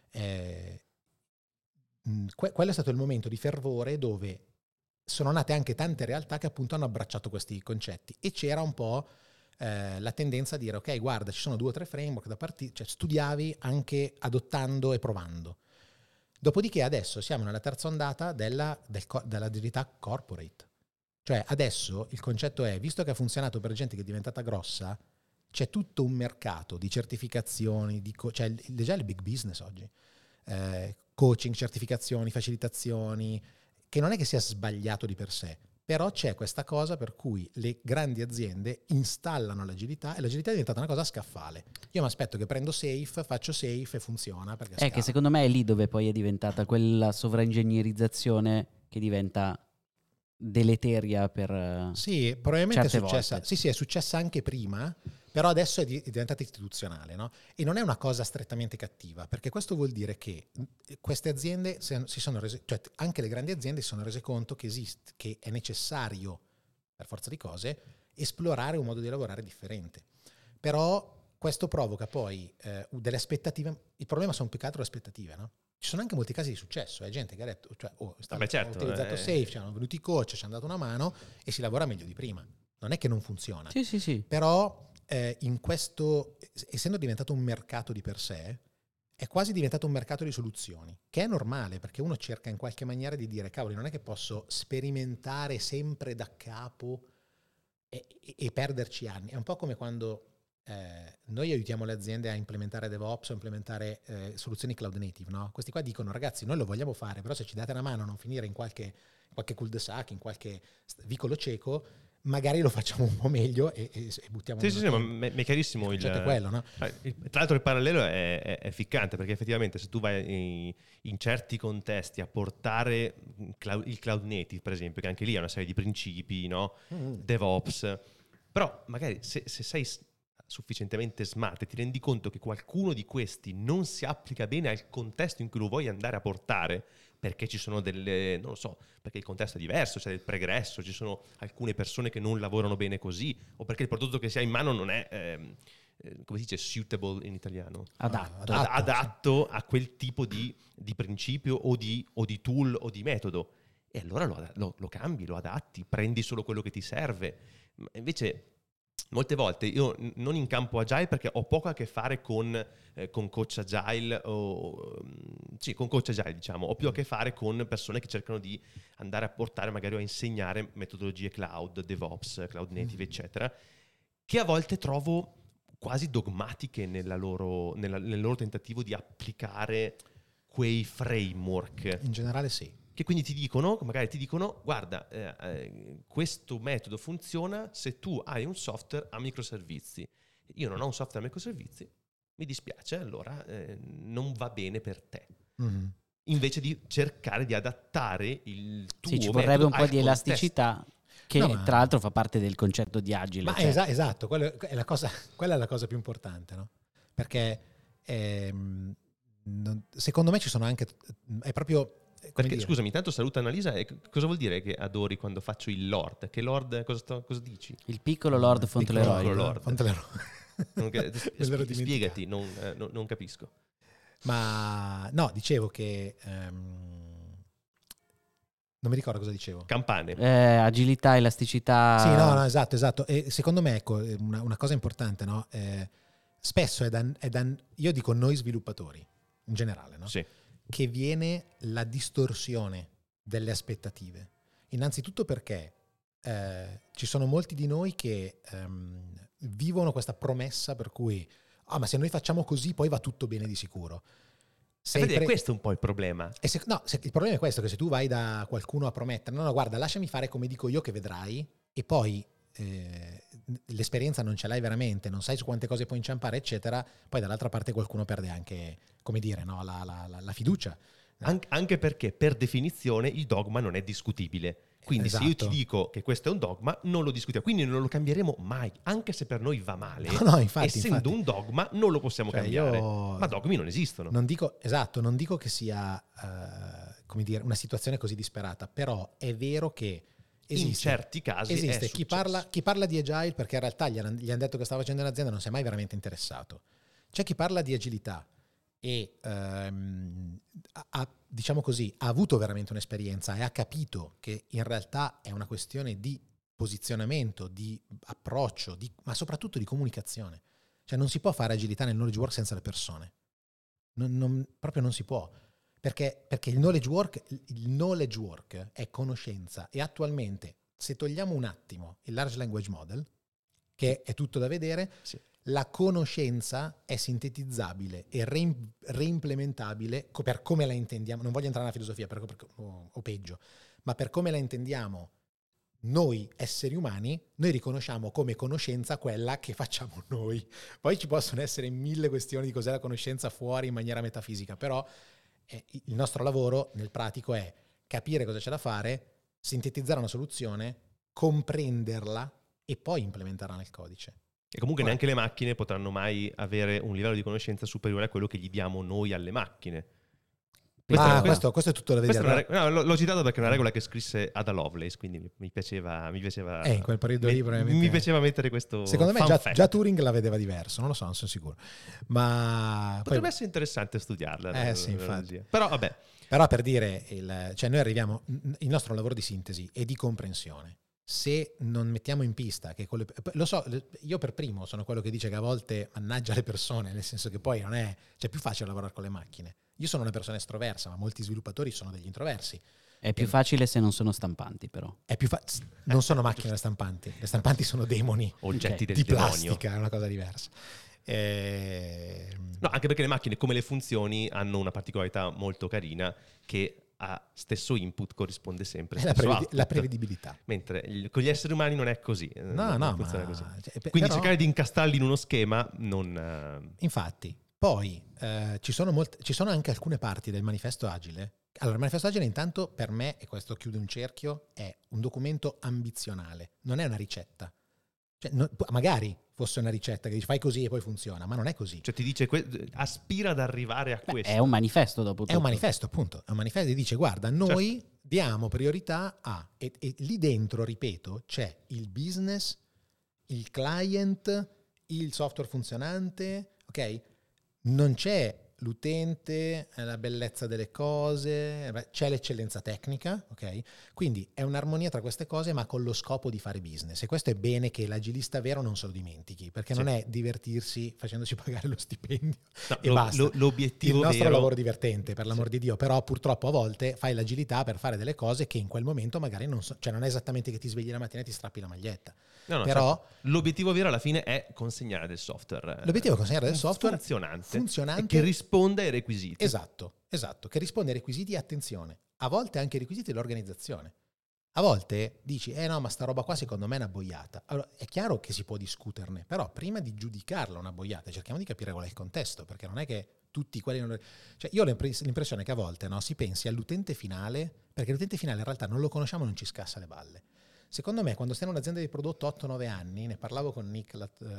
Quello è stato il momento di fervore dove sono nate anche tante realtà che appunto hanno abbracciato questi concetti e c'era un po' la tendenza a dire: ok, guarda, ci sono 2 o 3 framework da partire, cioè studiavi anche adottando e provando. Dopodiché adesso siamo nella terza ondata dell'agilità corporate. Cioè adesso il concetto è, visto che ha funzionato per gente che è diventata grossa, c'è tutto un mercato di certificazioni, cioè già il big business oggi, coaching, certificazioni, facilitazioni, che non è che sia sbagliato di per sé, però c'è questa cosa per cui le grandi aziende installano l'agilità e l'agilità è diventata una cosa scaffale. Io mi aspetto che prendo Safe, faccio Safe e funziona perché è che secondo me è lì dove poi è diventata quella sovraingegnerizzazione che diventa deleteria per sì, probabilmente è certe successa. volte. Sì, è successa anche prima, Però adesso è diventata istituzionale, no? E non è una cosa strettamente cattiva, perché questo vuol dire che queste aziende si sono rese, cioè anche le grandi aziende si sono rese conto che che è necessario, per forza di cose, esplorare un modo di lavorare differente. Però questo provoca poi delle aspettative. Il problema sono più che altro le aspettative, no? Ci sono anche molti casi di successo, gente che ha detto, cioè, ho utilizzato Safe, ci hanno venuti i coach, ci hanno dato una mano e si lavora meglio di prima. Non è che non funziona. Sì. Però in questo, essendo diventato un mercato di per sé, è quasi diventato un mercato di soluzioni, che è normale, perché uno cerca in qualche maniera di dire, cavoli, non è che posso sperimentare sempre da capo e perderci anni. È un po' come quando noi aiutiamo le aziende a implementare DevOps o implementare soluzioni cloud native, no? Questi qua dicono, ragazzi, noi lo vogliamo fare, però se ci date una mano a non finire in qualche cul-de-sac, in qualche vicolo cieco, magari lo facciamo un po' meglio e buttiamo sì, ma è chiarissimo quello, no? Tra l'altro il parallelo è ficcante, perché effettivamente se tu vai in certi contesti a portare il cloud native, per esempio, che anche lì ha una serie di principi, no? DevOps, però magari se sei sufficientemente smart e ti rendi conto che qualcuno di questi non si applica bene al contesto in cui lo vuoi andare a portare, perché ci sono non lo so, perché il contesto è diverso, c'è del pregresso, ci sono alcune persone che non lavorano bene così, o perché il prodotto che si ha in mano non è, come si dice, suitable in italiano? Adatto a quel tipo di principio o di tool o di metodo. E allora lo cambi, lo adatti, prendi solo quello che ti serve. Invece molte volte io non incampo Agile perché ho poco a che fare con coach Agile con coach Agile, diciamo. Ho più a che fare con persone che cercano di andare a portare magari o a insegnare metodologie cloud, DevOps, cloud native, eccetera, che a volte trovo quasi dogmatiche nel loro tentativo di applicare quei framework. In generale sì. Che quindi magari ti dicono, guarda, questo metodo funziona se tu hai un software a microservizi. Io non ho un software a microservizi, mi dispiace, allora non va bene per te. Mm-hmm. Invece di cercare di adattare il tuo ci vorrebbe un po' di contesto. Elasticità, che tra l'altro fa parte del concetto di agile. Ma esatto, quella è la cosa più importante, no? Perché secondo me ci sono anche, è proprio... Perché, scusami, tanto saluta Annalisa, e cosa vuol dire che adori quando faccio il Lord? Che Lord, cosa dici? Il piccolo Lord Fauntleroy. Spiegati, non capisco. Ma no, dicevo che... non mi ricordo cosa dicevo. Campane. Agilità, elasticità. Sì, no, esatto. E secondo me, ecco, una cosa importante, no? Spesso io dico noi sviluppatori, in generale, no? Sì. Che viene la distorsione delle aspettative. Innanzitutto perché ci sono molti di noi che vivono questa promessa per cui ma se noi facciamo così poi va tutto bene di sicuro. Questo è un po' il problema. Il problema è questo, che se tu vai da qualcuno a promettere no, guarda, lasciami fare come dico io che vedrai, e poi l'esperienza non ce l'hai veramente, non sai su quante cose puoi inciampare, eccetera, poi dall'altra parte qualcuno perde anche, come dire, no, la fiducia. Anche perché per definizione il dogma non è discutibile. Quindi se io ti dico che questo è un dogma, non lo discutiamo, quindi non lo cambieremo mai, anche se per noi va male. No, infatti, essendo un dogma non lo possiamo cambiare. Ma dogmi non esistono. Non dico che sia come dire, una situazione così disperata, però è vero che esiste, in certi casi esiste chi parla di agile perché in realtà gli hanno detto che stava facendo un'azienda e non si è mai veramente interessato. C'è chi parla di agilità e diciamo così, ha avuto veramente un'esperienza e ha capito che in realtà è una questione di posizionamento, di approccio, ma soprattutto di comunicazione. Cioè non si può fare agilità nel knowledge work senza le persone. Proprio non si può. Perché il knowledge work è conoscenza, e attualmente, se togliamo un attimo il large language model, che è tutto da vedere, sì, la conoscenza è sintetizzabile e reimplementabile per come la intendiamo. Non voglio entrare nella filosofia o peggio, ma per come la intendiamo noi esseri umani, noi riconosciamo come conoscenza quella che facciamo noi. Poi ci possono essere 1000 questioni di cos'è la conoscenza fuori in maniera metafisica, però il nostro lavoro nel pratico è capire cosa c'è da fare, sintetizzare una soluzione, comprenderla e poi implementarla nel codice. E comunque neanche le macchine potranno mai avere un livello di conoscenza superiore a quello che gli diamo noi alle macchine. Questo è tutto da vedere. L'ho citato perché è una regola che scrisse Ada Lovelace, quindi mi piaceva in quel periodo lì mi piaceva mettere questo. Secondo me già Turing la vedeva diverso, non lo so, non sono sicuro. Ma potrebbe essere interessante studiarla. Sì, infatti. Però vabbè. Però per dire, cioè noi arriviamo, il nostro è un lavoro di sintesi e di comprensione. Se non mettiamo in pista che lo so, io per primo sono quello che dice che a volte mannaggia le persone, nel senso che poi non è, cioè, più facile lavorare con le macchine. Io sono una persona estroversa, ma molti sviluppatori sono degli introversi. È più facile se non sono stampanti, però. Non sono macchine le stampanti sono demoni, oggetti del di demonio. Plastica, è una cosa diversa. No, anche perché le macchine, come le funzioni, hanno una particolarità molto carina che a stesso input corrisponde sempre la prevedibilità. Mentre con gli esseri umani non è così. Non funziona così. Quindi cercare di incastrarli in uno schema non... Infatti, poi ci sono anche alcune parti del manifesto agile. Allora, il manifesto agile intanto per me, e questo chiude un cerchio, è un documento ambizionale, non è una ricetta. Cioè, magari fosse una ricetta che dici fai così e poi funziona, ma non è così. Cioè ti dice aspira ad arrivare a questo. È un manifesto dopo tutto. È un manifesto, appunto. È un manifesto che dice guarda, noi diamo priorità a... E lì dentro, ripeto, c'è il business, il client, il software funzionante, ok? Non c'è l'utente, la bellezza delle cose, c'è l'eccellenza tecnica, ok? Quindi è un'armonia tra queste cose, ma con lo scopo di fare business. E questo è bene che l'agilista vero non se lo dimentichi, perché non è divertirsi facendoci pagare lo stipendio e basta. L'obiettivo il nostro vero... è un lavoro divertente, per l'amor di Dio, però purtroppo a volte fai l'agilità per fare delle cose che in quel momento magari non è esattamente che ti svegli la mattina e ti strappi la maglietta. No, però l'obiettivo vero alla fine è consegnare del software. L'obiettivo è consegnare del software funzionante che risponda ai requisiti. Esatto, che risponde ai requisiti e attenzione. A volte anche ai requisiti dell'organizzazione. A volte dici, no, ma sta roba qua secondo me è una boiata. Allora, è chiaro che si può discuterne, però prima di giudicarla una boiata cerchiamo di capire qual è il contesto, perché non è che tutti quelli... Cioè, io ho l'impressione che a volte si pensi all'utente finale, perché l'utente finale in realtà non lo conosciamo e non ci scassa le balle. Secondo me, quando stai in un'azienda di prodotto 8-9 anni, ne parlavo con Nick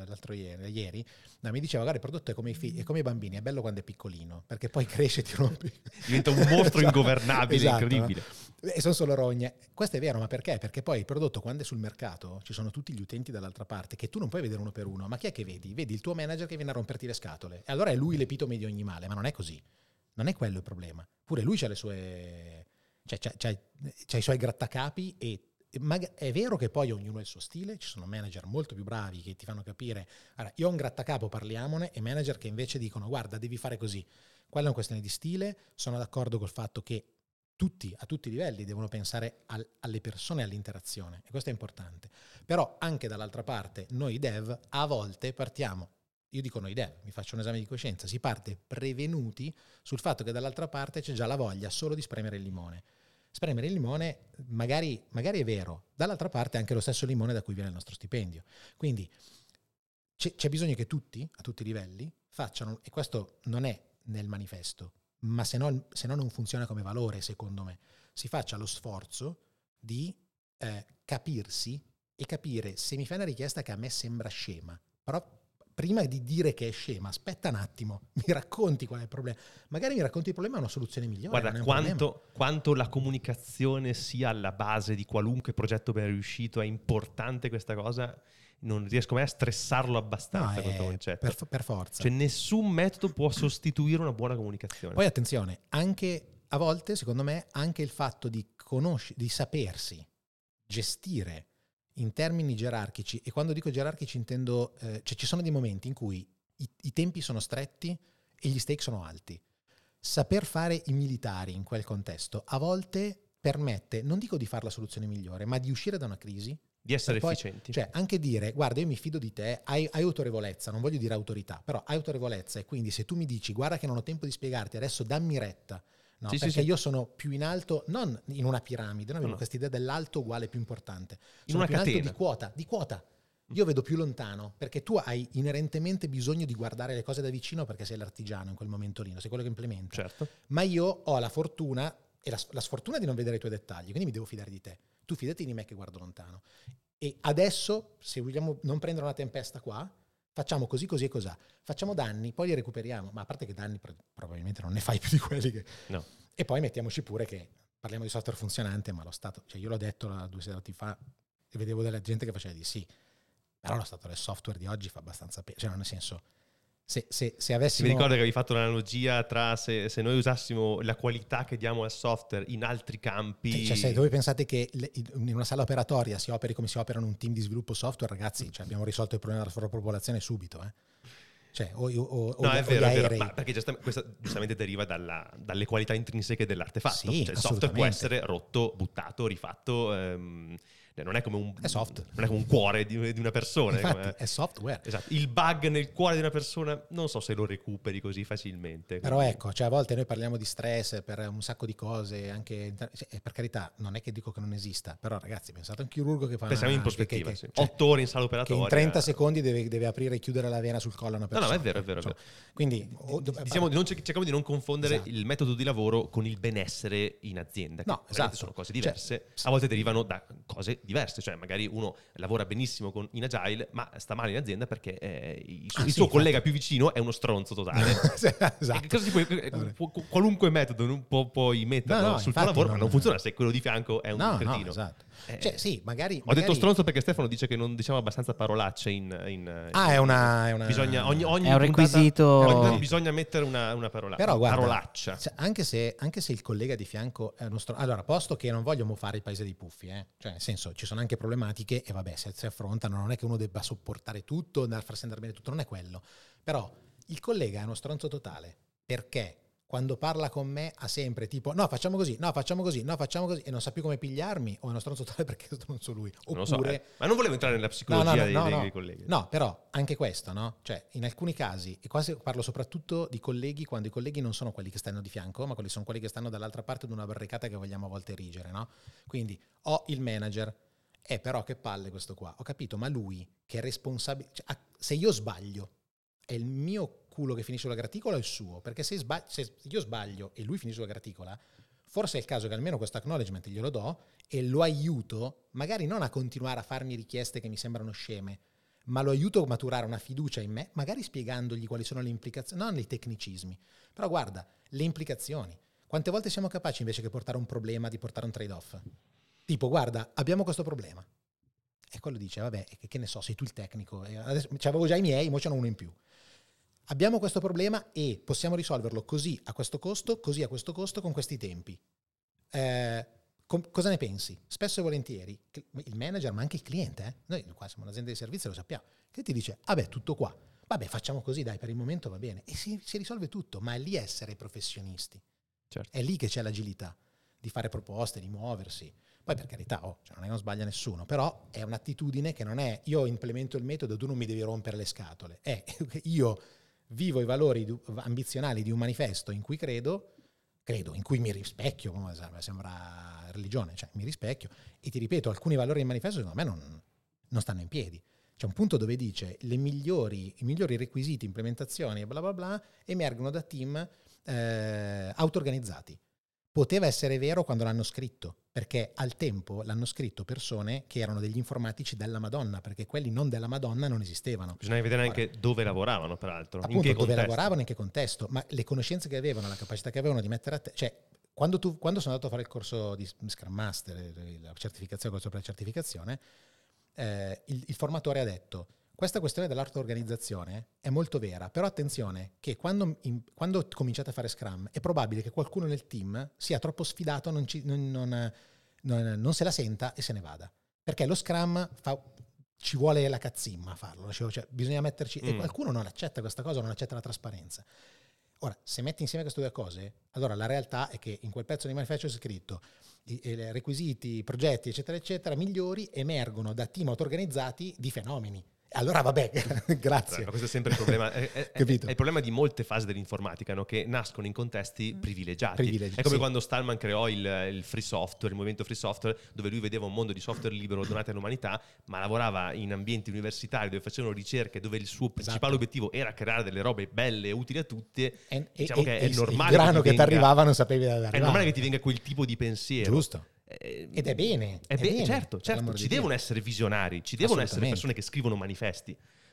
ieri, mi diceva, guarda, il prodotto è come i bambini, è bello quando è piccolino, perché poi cresce e ti rompi. Diventa un mostro ingovernabile, esatto, incredibile. No? E sono solo rogne. Questo è vero, ma perché? Perché poi il prodotto, quando è sul mercato, ci sono tutti gli utenti dall'altra parte, che tu non puoi vedere uno per uno, ma chi è che vedi? Vedi il tuo manager che viene a romperti le scatole. E allora è lui l'epitome di ogni male, ma non è così. Non è quello il problema. Pure lui c'ha le sue... c'ha i suoi grattacapi e è vero che poi ognuno ha il suo stile, ci sono manager molto più bravi che ti fanno capire, allora, io ho un grattacapo, parliamone, e manager che invece dicono guarda, devi fare così. Quella è una questione di stile, sono d'accordo col fatto che a tutti i livelli devono pensare alle persone e all'interazione, e questo è importante. Però anche dall'altra parte noi dev a volte partiamo, io dico noi dev, mi faccio un esame di coscienza, si parte prevenuti sul fatto che dall'altra parte c'è già la voglia solo di spremere il limone. Spremere il limone magari è vero, dall'altra parte è anche lo stesso limone da cui viene il nostro stipendio. Quindi c'è bisogno che tutti, a tutti i livelli, facciano, e questo non è nel manifesto, ma se no non funziona come valore, secondo me, si faccia lo sforzo di capirsi e capire se mi fai una richiesta che a me sembra scema, però prima di dire che è scema, aspetta un attimo, mi racconti qual è il problema. Magari mi racconti il problema e una soluzione migliore. Guarda, quanto la comunicazione sia alla base di qualunque progetto ben riuscito, è importante questa cosa. Non riesco mai a stressarlo abbastanza questo concetto. Per forza. Cioè nessun metodo può sostituire una buona comunicazione. Poi attenzione, anche a volte, secondo me, anche il fatto di sapersi gestire in termini gerarchici, e quando dico gerarchici intendo, cioè ci sono dei momenti in cui i tempi sono stretti e gli stake sono alti. Saper fare i militari in quel contesto a volte permette, non dico di fare la soluzione migliore, ma di uscire da una crisi. Di essere efficienti. Cioè anche dire, guarda, io mi fido di te, hai autorevolezza, non voglio dire autorità, però hai autorevolezza, e quindi se tu mi dici, guarda che non ho tempo di spiegarti, adesso dammi retta. No, sì, perché io sono più in alto, non in una piramide, noi abbiamo questa idea dell'alto uguale più importante. Sono in una più catena. In alto di quota. Io vedo più lontano, perché tu hai inerentemente bisogno di guardare le cose da vicino perché sei l'artigiano in quel momento lì, sei quello che implementa. Certo. Ma io ho la fortuna e la sfortuna di non vedere i tuoi dettagli, quindi mi devo fidare di te. Tu fidati di me che guardo lontano. E adesso, se vogliamo non prendere una tempesta qua, facciamo così, così e cos'ha. Facciamo danni, poi li recuperiamo. Ma a parte che danni probabilmente non ne fai più di quelli che... No. E poi mettiamoci pure che parliamo di software funzionante, ma lo stato... Cioè io l'ho detto 2 settimane fa e vedevo della gente che faceva di sì. Però lo stato del software di oggi fa abbastanza pena. Cioè, nel senso... Se avessimo... Mi ricordo che avevi fatto un'analogia tra se noi usassimo la qualità che diamo al software in altri campi. Cioè, se voi pensate che in una sala operatoria si operi come si opera in un team di sviluppo software, ragazzi, cioè abbiamo risolto il problema della sovrapopolazione subito. Cioè, no, è vero, è vero. Ma perché questa giustamente deriva dalle qualità intrinseche dell'artefatto. Sì, cioè, il software può essere rotto, buttato, rifatto. Non è come un cuore di una persona. Infatti, è software. Esatto. Il bug nel cuore di una persona non so se lo recuperi così facilmente. Però ecco, cioè a volte noi parliamo di stress per un sacco di cose, anche per carità, non è che dico che non esista, però ragazzi, pensate a un chirurgo che fa pensiamo in prospettiva, cioè, 8 ore in sala operatoria. Che in 30 secondi deve aprire e chiudere la vena sul collo a una persona. No, è vero, è vero. Quindi cerchiamo di non confondere il metodo di lavoro con il benessere in azienda, che sono cose diverse, a volte derivano da cose diverse, cioè magari uno lavora benissimo in Agile, ma sta male in azienda perché il suo collega più vicino è uno stronzo totale. Qualunque metodo non puoi metterlo sul tuo lavoro, ma non funziona se quello di fianco è un cretino. No, esatto. Cioè, sì, magari detto stronzo perché Stefano dice che non diciamo abbastanza parolacce è una bisogna ogni è un requisito. Bisogna mettere una parola. Però guarda, parolaccia. Cioè, anche se il collega di fianco è uno stronzo. Allora, posto che non voglio mofare il paese dei puffi, cioè nel senso ci sono anche problematiche e vabbè, se si affrontano, non è che uno debba sopportare tutto, andare a farsi andare bene tutto, non è quello. Però il collega è uno stronzo totale perché quando parla con me ha sempre tipo no facciamo così, no facciamo così, no facciamo così e non sa più come pigliarmi, o è uno stronzo totale perché non so lui. Oppure, non so, ma non volevo entrare nella psicologia dei colleghi. No, però anche questo, no? Cioè in alcuni casi, e quasi parlo soprattutto di colleghi quando i colleghi non sono quelli che stanno di fianco, ma sono quelli che stanno dall'altra parte di una barricata che vogliamo a volte erigere, no? Quindi ho il manager, però che palle questo qua, ho capito, ma lui che è responsabile, cioè, se io sbaglio è il mio culo che finisce sulla graticola o il suo? Perché se io sbaglio e lui finisce sulla graticola, forse è il caso che almeno questo acknowledgement glielo do e lo aiuto, magari non a continuare a farmi richieste che mi sembrano sceme, ma lo aiuto a maturare una fiducia in me, magari spiegandogli quali sono le implicazioni, non i tecnicismi, però guarda, le implicazioni. Quante volte siamo capaci invece che portare un problema di portare un trade-off? Tipo, guarda, abbiamo questo problema. E quello dice, vabbè, che ne so, sei tu il tecnico. Adesso, avevo già i miei, mo ce n'ho uno in più. Abbiamo questo problema e possiamo risolverlo così a questo costo, così a questo costo, con questi tempi. Cosa ne pensi? Spesso e volentieri il manager, ma anche il cliente, noi qua siamo un'azienda di servizio, lo sappiamo, che ti dice, vabbè, tutto qua. Vabbè, facciamo così, dai, per il momento va bene. E si risolve tutto, ma è lì essere professionisti. Certo. È lì che c'è l'agilità, di fare proposte, di muoversi. Poi per carità, cioè non è che non sbaglia nessuno, però è un'attitudine che non è io implemento il metodo, tu non mi devi rompere le scatole. Io vivo i valori ambizionali di un manifesto in cui credo, in cui mi rispecchio, come sembra religione, cioè mi rispecchio, e ti ripeto, alcuni valori del manifesto secondo me non stanno in piedi. C'è un punto dove dice i migliori requisiti, implementazioni e bla bla bla emergono da team auto-organizzati. Poteva essere vero quando l'hanno scritto, perché al tempo l'hanno scritto persone che erano degli informatici della Madonna, perché quelli non della Madonna non esistevano. Bisogna vedere anche dove lavoravano, peraltro. Appunto, in che dove lavoravano, in che contesto, ma le conoscenze che avevano, la capacità che avevano di mettere a cioè, quando sono andato a fare il corso di Scrum Master, la certificazione, il corso per la certificazione, il formatore ha detto: questa questione dell'auto-organizzazione è molto vera, però attenzione che quando cominciate a fare Scrum è probabile che qualcuno nel team sia troppo sfidato, non se la senta e se ne vada. Perché lo Scrum ci vuole la cazzimma a farlo, cioè bisogna metterci... E qualcuno non accetta questa cosa, non accetta la trasparenza. Ora, se metti insieme queste due cose, allora la realtà è che in quel pezzo di manifesto c'è scritto i requisiti, i progetti, eccetera, eccetera, migliori emergono da team auto-organizzati di fenomeni. Allora vabbè, grazie. Ma questo è sempre il problema. È il problema di molte fasi dell'informatica, no? Che nascono in contesti privilegiati. È come quando Stallman creò il free software, il movimento free software, dove lui vedeva un mondo di software libero donato all'umanità, ma lavorava in ambienti universitari dove facevano ricerche, dove il suo principale obiettiò era creare delle robe belle e utili a tutti. Diciamo che è normale. Il grano che ti arrivava non sapevi da arrivare. È normale che ti venga quel tipo di pensiero. Giusto. Ed è bene. Certo, ci devono essere visionari, ci devono essere persone che scrivono manifesti.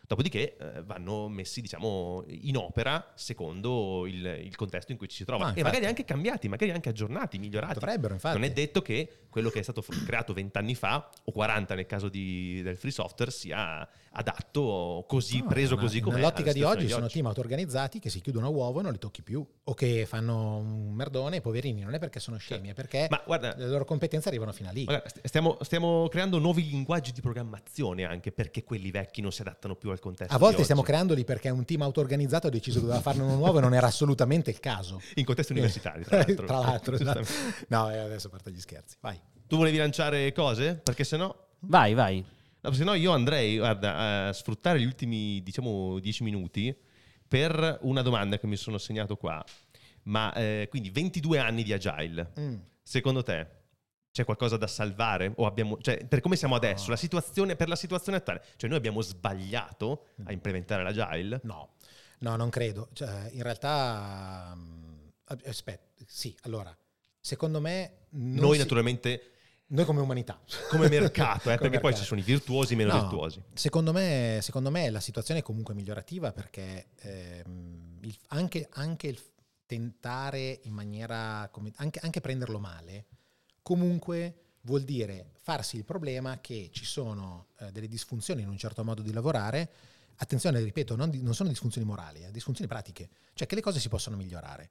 Dopodiché vanno messi, diciamo, in opera secondo il contesto in cui ci si trova. E magari anche cambiati, magari anche aggiornati, migliorati. Dovrebbero, infatti. Non è detto che quello che è stato creato 20 anni fa, o 40 nel caso del free software, sia adatto così, preso così com'è. Nell'ottica di oggi sono team auto-organizzati che si chiudono a uovo e non li tocchi più, o che fanno un merdone, poverini, non è perché sono scemi, è perché le loro competenze arrivano fino a lì. Guarda, stiamo creando nuovi linguaggi di programmazione anche perché quelli vecchi non si adattano più al contesto. A volte stiamo creandoli perché un team auto-organizzato ha deciso che doveva farne uno nuovo e non era assolutamente il caso. In contesto universitario, tra l'altro. Tra l'altro, esatto. No, adesso parte gli scherzi. Vai. Tu volevi lanciare cose? Perché sennò... Vai. No, se no io andrei, guarda, a sfruttare gli ultimi, diciamo, 10 minuti per una domanda che mi sono segnato qua. Ma quindi 22 anni di Agile. Secondo te c'è qualcosa da salvare? O abbiamo, cioè, per come siamo adesso, per la situazione attuale, cioè noi abbiamo sbagliato a implementare l'Agile? No, non credo. Cioè, in realtà, aspetta, sì, allora, secondo me... Naturalmente... Noi come umanità. Come mercato, perché poi ci sono i virtuosi e i meno virtuosi. Secondo me la situazione è comunque migliorativa perché anche il tentare in maniera... anche prenderlo male, comunque vuol dire farsi il problema che ci sono delle disfunzioni in un certo modo di lavorare. Attenzione, ripeto, non sono disfunzioni morali, disfunzioni pratiche, cioè che le cose si possono migliorare.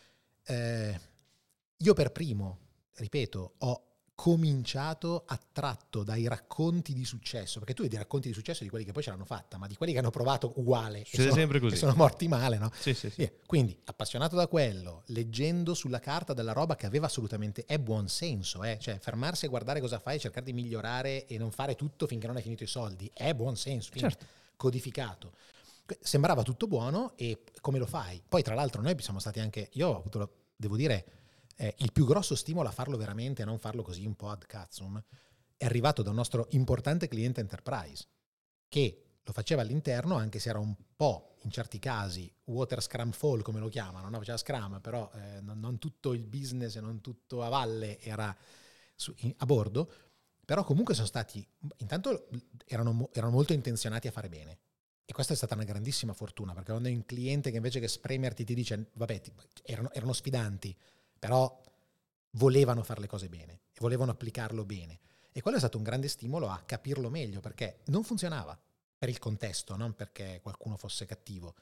Io per primo, ripeto, ho cominciato attratto dai racconti di successo, perché tu vedi i racconti di successo di quelli che poi ce l'hanno fatta, ma di quelli che hanno provato uguale e sono morti male, no? Sì. Quindi appassionato da quello, leggendo sulla carta della roba che aveva assolutamente buon senso, cioè fermarsi a guardare cosa fai e cercare di migliorare e non fare tutto finché non hai finito i soldi, è buon senso, certo. Codificato. Sembrava tutto buono e come lo fai? Poi tra l'altro noi siamo stati anche, io ho avuto, devo dire, il più grosso stimolo a farlo veramente, a non farlo così un po' ad cazzum, è arrivato da un nostro importante cliente enterprise, che lo faceva all'interno, anche se era un po', in certi casi, water scrum fall, come lo chiamano, no? Faceva scrum, però non tutto il business e non tutto a valle era a bordo, però comunque sono stati, intanto erano molto intenzionati a fare bene. E questa è stata una grandissima fortuna, perché quando hai un cliente che invece che spremerti ti dice, vabbè, erano sfidanti, però volevano fare le cose bene e volevano applicarlo bene. E quello è stato un grande stimolo a capirlo meglio, perché non funzionava per il contesto, non perché qualcuno fosse cattivo.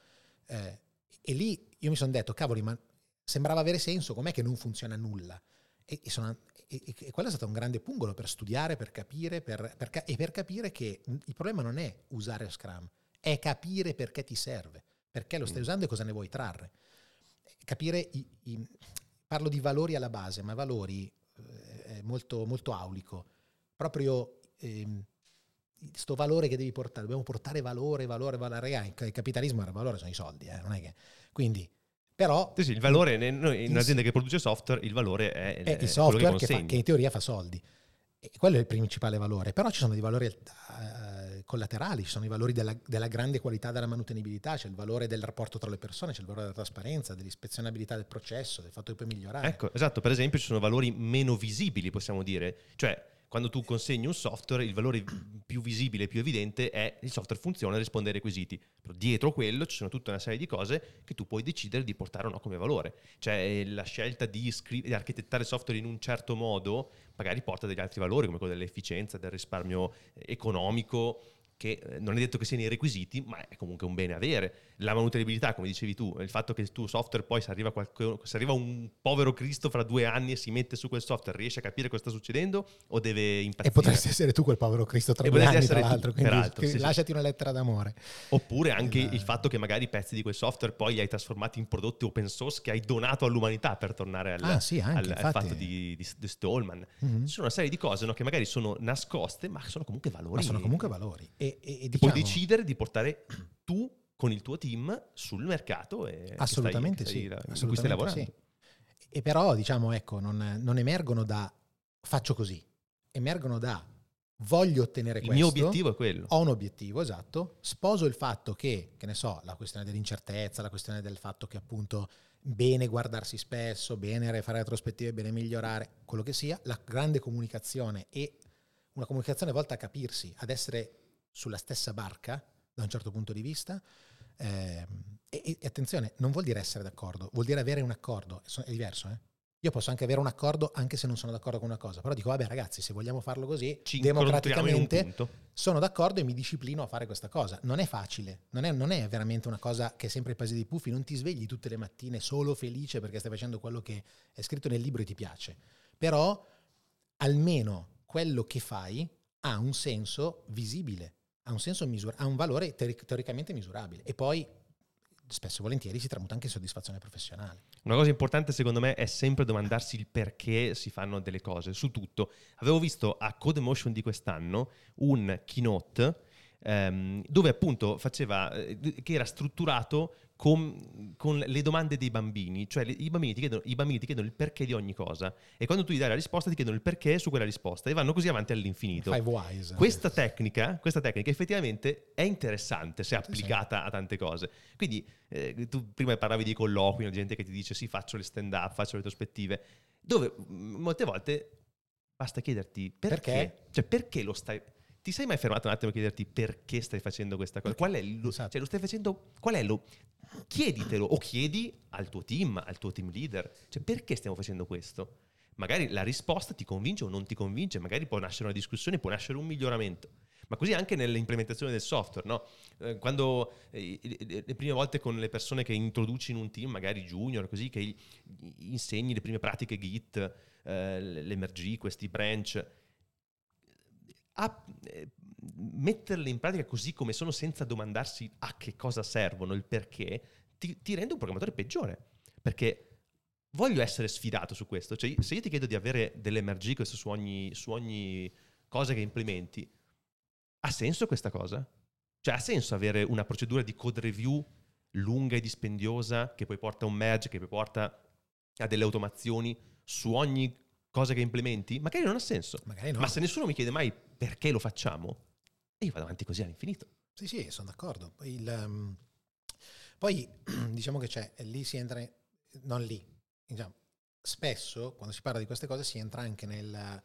E lì io mi sono detto, cavoli, ma sembrava avere senso, com'è che non funziona nulla? E quello è stato un grande pungolo per studiare, per capire, per capire che il problema non è usare Scrum, è capire perché ti serve, perché lo stai usando e cosa ne vuoi trarre. Capire parlo di valori alla base, ma valori molto, molto aulico. Proprio sto valore che devi portare. Dobbiamo portare valore. Il capitalismo era valore, sono i soldi, non è che... Quindi, però... Sì, il valore, in un'azienda che produce software, il valore è il software che in teoria fa soldi. E quello è il principale valore. Però ci sono dei valori collaterali, ci sono i valori della grande qualità della manutenibilità, c'è il valore del rapporto tra le persone, c'è il valore della trasparenza, dell'ispezionabilità del processo, del fatto che puoi migliorare. Ecco, esatto, per esempio ci sono valori meno visibili, possiamo dire, cioè quando tu consegni un software il valore più visibile, più evidente è il software funziona e risponde ai requisiti, però dietro quello ci sono tutta una serie di cose che tu puoi decidere di portare o no come valore, cioè la scelta di architettare software in un certo modo magari porta degli altri valori come quello dell'efficienza, del risparmio economico, che non è detto che siano i requisiti, ma è comunque un bene avere. La manutenibilità, come dicevi tu, il fatto che il tuo software poi se arriva un povero Cristo fra 2 anni e si mette su quel software, riesce a capire cosa sta succedendo o deve impazzire? E potresti essere tu quel povero Cristo tra 2 anni, tra l'altro, quindi lasciati una lettera d'amore. Oppure anche il fatto che magari pezzi di quel software poi li hai trasformati in prodotti open source che hai donato all'umanità, per tornare al fatto di Stallman. Mm-hmm. Ci sono una serie di cose, no, che magari sono nascoste, ma sono comunque valori. E puoi decidere di portare tu con il tuo team sul mercato e assolutamente in cui stai lavorando. Sì. E però diciamo, ecco, non emergono da faccio così, emergono da voglio ottenere questo. Il mio obiettivo è quello. Ho un obiettivo, esatto. Sposo il fatto che ne so, la questione dell'incertezza, la questione del fatto che appunto bene guardarsi spesso, bene fare retrospettive, bene migliorare, quello che sia, la grande comunicazione e una comunicazione volta a capirsi, ad essere sulla stessa barca, da un certo punto di vista. E attenzione, non vuol dire essere d'accordo, vuol dire avere un accordo, è diverso. Io posso anche avere un accordo anche se non sono d'accordo con una cosa, però dico vabbè ragazzi, se vogliamo farlo così, Ci democraticamente sono d'accordo e mi disciplino a fare questa cosa. Non è facile, non è veramente una cosa che è sempre il paese dei puffi, non ti svegli tutte le mattine solo felice perché stai facendo quello che è scritto nel libro e ti piace, però almeno quello che fai ha un senso visibile, ha un senso ha un valore teoricamente misurabile e poi spesso e volentieri si tramuta anche in soddisfazione professionale. Una cosa importante secondo me è sempre domandarsi il perché si fanno delle cose, su tutto. Avevo visto a CodeMotion di quest'anno un keynote dove appunto faceva, che era strutturato con le domande dei bambini, cioè i bambini ti chiedono il perché di ogni cosa e quando tu gli dai la risposta ti chiedono il perché su quella risposta e vanno così avanti all'infinito. Five whys. Questa tecnica effettivamente è interessante se applicata a tante cose. Quindi tu prima parlavi di colloqui, di gente che ti dice sì, faccio le stand up, faccio le retrospettive, dove molte volte basta chiederti perché? Cioè perché lo stai... Ti sei mai fermato un attimo a chiederti perché stai facendo questa cosa? Qual è esatto. Cioè lo stai facendo? Qual è chieditelo o chiedi al tuo team leader, cioè perché stiamo facendo questo? Magari la risposta ti convince o non ti convince, magari può nascere una discussione, può nascere un miglioramento. Ma così anche nell'implementazione del software, no? Quando le prime volte con le persone che introduci in un team, magari junior, così, che insegni le prime pratiche Git, l'MRG, questi branch, a metterle in pratica così come sono senza domandarsi a che cosa servono, il perché, ti rende un programmatore peggiore. Perché voglio essere sfidato su questo. Cioè, se io ti chiedo di avere dell'MRG questo su ogni cosa che implementi, ha senso questa cosa? Cioè ha senso avere una procedura di code review lunga e dispendiosa che poi porta a un merge, che poi porta a delle automazioni su ogni cosa che implementi? Magari non ha senso. Magari no. Ma se nessuno mi chiede mai perché lo facciamo, io vado avanti così all'infinito. Sì, sono d'accordo. Poi diciamo che lì si entra, non lì, diciamo, spesso quando si parla di queste cose si entra anche nella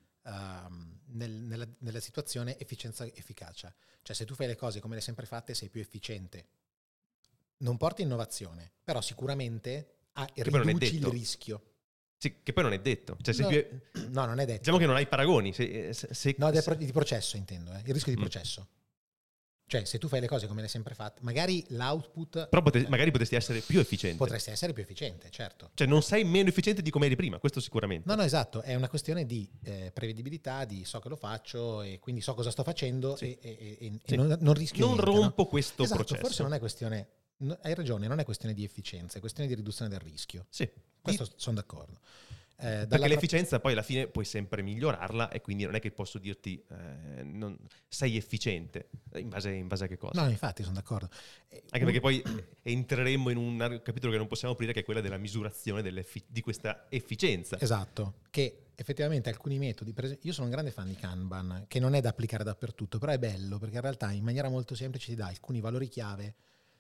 situazione efficienza-efficacia. Cioè se tu fai le cose come le hai sempre fatte sei più efficiente. Non porti innovazione, però sicuramente riduci il rischio. Sì, che poi non è detto. Cioè, no, non è detto. Diciamo che non hai paragoni. No, di processo intendo, il rischio di processo. Cioè, se tu fai le cose come le hai sempre fatte, magari l'output... Però magari potresti essere più efficiente. Potresti essere più efficiente, certo. Cioè, non sei meno efficiente di come eri prima, questo sicuramente. No, esatto. È una questione di prevedibilità, di so che lo faccio e quindi so cosa sto facendo e non rischio non niente, rompo questo esatto, processo. Forse non è questione... Hai ragione, non è questione di efficienza, è questione di riduzione del rischio. Sì. Questo sono d'accordo. Perché l'efficienza poi alla fine puoi sempre migliorarla e quindi non è che posso dirti sei efficiente in base a che cosa. No, infatti sono d'accordo. Anche perché poi entreremo in un capitolo che non possiamo aprire, che è quella della misurazione di questa efficienza. Esatto, che effettivamente alcuni metodi, io sono un grande fan di Kanban, che non è da applicare dappertutto, però è bello perché in realtà in maniera molto semplice ti dà alcuni valori chiave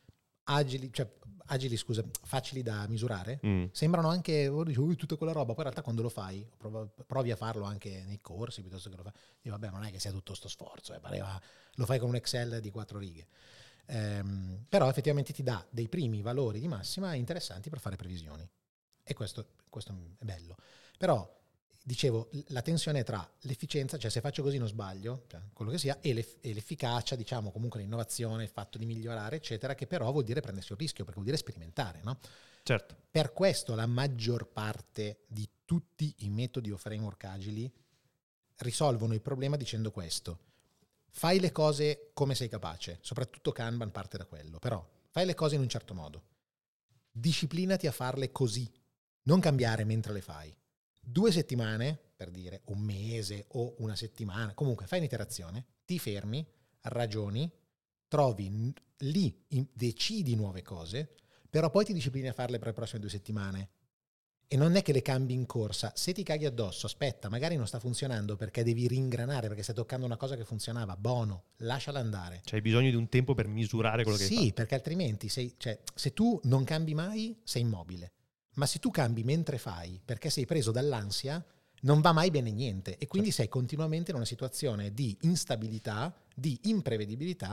facili da misurare, sembrano anche tutta quella roba, poi in realtà quando lo fai, provi a farlo anche nei corsi piuttosto che lo fai, dico, vabbè non è che sia tutto sto sforzo, lo fai con un Excel di 4 righe, però effettivamente ti dà dei primi valori di massima interessanti per fare previsioni e questo è bello, però dicevo, la tensione tra l'efficienza, cioè se faccio così non sbaglio, cioè quello che sia, e l'efficacia, diciamo comunque l'innovazione, il fatto di migliorare, eccetera, che però vuol dire prendersi un rischio, perché vuol dire sperimentare, no? Certo. Per questo la maggior parte di tutti i metodi o framework agili risolvono il problema dicendo questo: fai le cose come sei capace, soprattutto Kanban parte da quello, però fai le cose in un certo modo, disciplinati a farle così, non cambiare mentre le fai. 2 settimane, per dire, un mese o una settimana, comunque fai un'iterazione, ti fermi, ragioni, trovi lì, decidi nuove cose, però poi ti disciplini a farle per le prossime 2 settimane. E non è che le cambi in corsa. Se ti caghi addosso, aspetta, magari non sta funzionando perché devi ringranare, perché stai toccando una cosa che funzionava, buono, lasciala andare. Cioè hai bisogno di un tempo per misurare quello che hai fatto. Sì, perché altrimenti se tu non cambi mai, sei immobile. Ma se tu cambi mentre fai, perché sei preso dall'ansia, non va mai bene niente. E quindi sei continuamente in una situazione di instabilità, di imprevedibilità,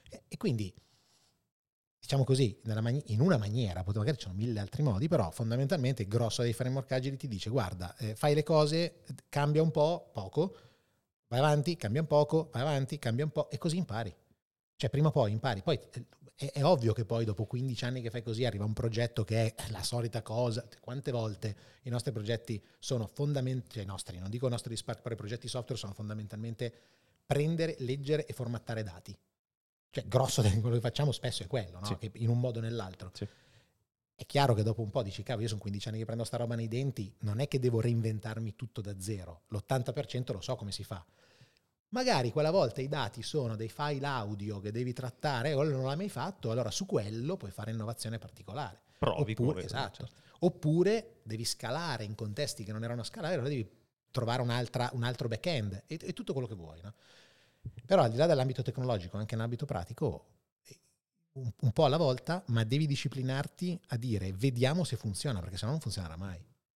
E quindi, diciamo così, in una maniera, magari ci sono 1000 altri modi, però fondamentalmente il grosso dei framework agili ti dice guarda, fai le cose, cambia un po', poco, vai avanti, cambia un poco, vai avanti, cambia un po', e così impari. Cioè prima o poi impari. Poi è ovvio che poi dopo 15 anni che fai così arriva un progetto che è la solita cosa. Quante volte i nostri progetti sono fondamentalmente, i nostri, non dico i nostri di Spark, però i progetti software sono fondamentalmente prendere, leggere e formattare dati. Cioè grosso di quello che facciamo spesso è quello, no? Sì. Che in un modo o nell'altro. Sì. È chiaro che dopo un po' dici, cavolo, io sono 15 anni che prendo sta roba nei denti, non è che devo reinventarmi tutto da zero, l'80% lo so come si fa. Magari quella volta i dati sono dei file audio che devi trattare, o non l'hai mai fatto, allora su quello puoi fare innovazione particolare. Provi. Oppure, esatto. Oppure devi scalare in contesti che non erano scalare, allora devi trovare un altro back-end e tutto quello che vuoi, no? Però al di là dell'ambito tecnologico, anche nell'ambito pratico, un po' alla volta, ma devi disciplinarti a dire vediamo se funziona, perché sennò non funzionerà mai.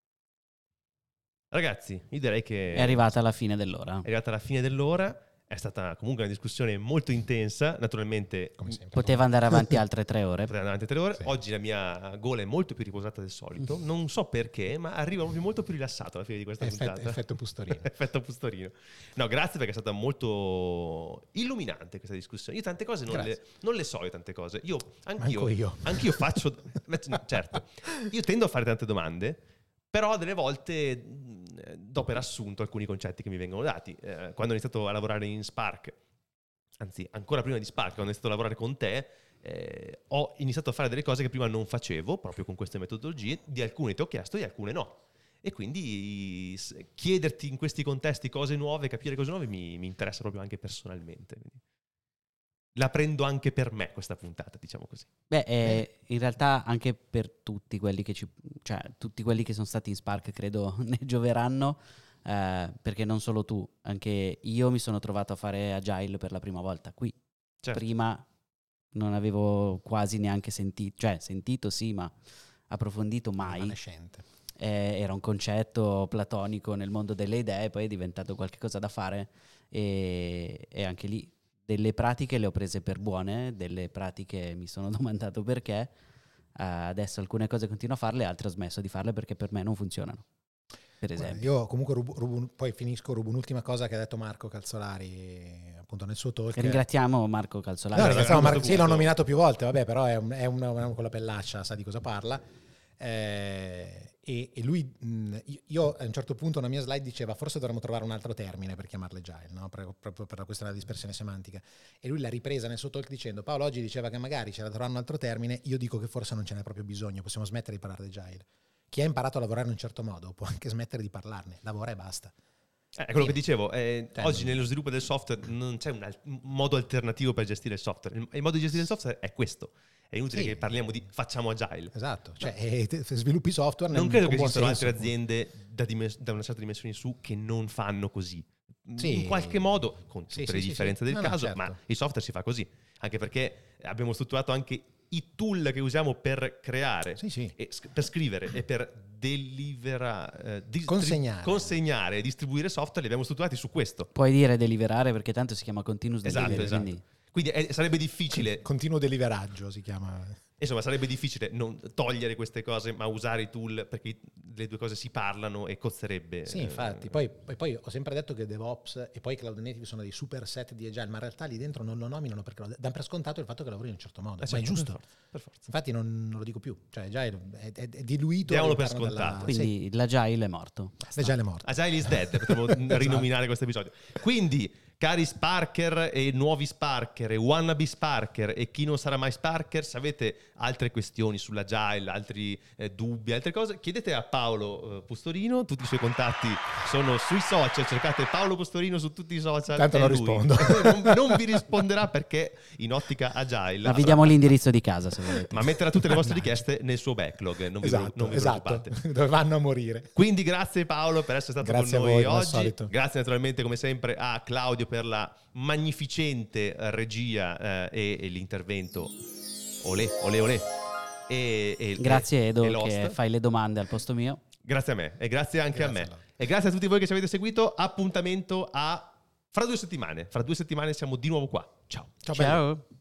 Ragazzi, io direi che È arrivata alla fine dell'ora. È arrivata alla fine dell'ora. È stata comunque una discussione molto intensa. Naturalmente Come sempre. Poteva andare avanti altre 3 ore. potrei andare avanti 3 ore. Sì. Oggi la mia gola è molto più riposata del solito. Non so perché, ma arrivo proprio molto più rilassato alla fine di questa puntata. Effetto Pustorino. Effetto Pustorino. No, grazie, perché è stata molto illuminante questa discussione. Io tante cose non le so, tante cose. Anch'io faccio... certo, io tendo a fare tante domande, però delle volte do per assunto alcuni concetti che mi vengono dati. Quando ho iniziato a lavorare in Spark, anzi ancora prima di Spark, quando ho iniziato a lavorare con te, ho iniziato a fare delle cose che prima non facevo, proprio con queste metodologie. Di alcune ti ho chiesto, di alcune no. E quindi chiederti in questi contesti cose nuove, capire cose nuove, mi interessa proprio anche personalmente. Quindi la prendo anche per me questa puntata, diciamo così. Beh, in realtà anche per tutti quelli che tutti quelli che sono stati in Spark credo ne gioveranno, perché non solo tu, anche io mi sono trovato a fare Agile per la prima volta qui. Certo. Prima non avevo quasi neanche sentito sì, ma approfondito mai. Evanescente. Era un concetto platonico nel mondo delle idee, poi è diventato qualcosa da fare e anche lì delle pratiche le ho prese per buone, delle pratiche mi sono domandato perché, adesso alcune cose continuo a farle, altre ho smesso di farle perché per me non funzionano, per esempio. Io comunque rubo un'ultima cosa che ha detto Marco Calzolari appunto nel suo talk. Ringraziamo Marco Calzolari. No, ringraziamo Marco, sì, l'ho nominato più volte, vabbè, però è con la pellaccia, sa di cosa parla. E lui, io a un certo punto una mia slide diceva forse dovremmo trovare un altro termine per chiamarle agile, no? Proprio per la questione della dispersione semantica, e lui l'ha ripresa nel suo talk dicendo Paolo oggi diceva che magari c'era da trovare un altro termine, io dico che forse non ce n'è proprio bisogno, possiamo smettere di parlare di agile. Chi ha imparato a lavorare in un certo modo può anche smettere di parlarne, lavora e basta. È quello che dicevo, oggi nello sviluppo del software non c'è un modo alternativo per gestire il software. Il modo di gestire il software è questo. È inutile che parliamo di facciamo agile. Esatto, cioè sviluppi software. Non credo che esistano altre aziende da una certa dimensione in su che non fanno così. Sì. In qualche modo, con tutte le differenze del caso, certo. ma il software si fa così. Anche perché abbiamo strutturato anche i tool che usiamo per creare, e per scrivere e per consegnare e distribuire software, li abbiamo strutturati su questo. Puoi dire deliverare perché tanto si chiama continuous delivery. Esatto. Quindi sarebbe difficile... Continuo deliveraggio si chiama. Insomma, sarebbe difficile non togliere queste cose, ma usare i tool, perché le due cose si parlano e cozzerebbe. Sì, infatti. Poi ho sempre detto che DevOps e poi Cloud Native sono dei superset di Agile, ma in realtà lì dentro non lo nominano perché danno per scontato il fatto che lavori in un certo modo. Ma è giusto. Per forza. Infatti non lo dico più. Cioè Agile è diluito. Diamolo per scontato. Quindi l'Agile è morto. L'Agile è morto. Agile is dead, potremmo rinominare questo episodio. Quindi, cari Sparker e nuovi Sparker e wannabe Sparker e chi non sarà mai Sparker, se avete altre questioni sull'Agile, altri dubbi, altre cose, chiedete a Paolo Pustorino. Tutti i suoi contatti sono sui social, cercate Paolo Pustorino su tutti i social. Tanto non rispondo. non vi risponderà perché in ottica Agile. Ma vi diamo l'indirizzo di casa se volete. Ma metterà tutte le vostre richieste nel suo backlog, non vi preoccupate. Dove vanno a morire. Quindi grazie Paolo per essere stato grazie con noi oggi. Grazie naturalmente come sempre a Claudio per la magnificente regia e l'intervento. Olè. Grazie Edo che fai le domande al posto mio. Grazie a me e grazie anche a me. E grazie a tutti voi che ci avete seguito. Appuntamento fra 2 settimane. Fra 2 settimane siamo di nuovo qua. Ciao. Ciao.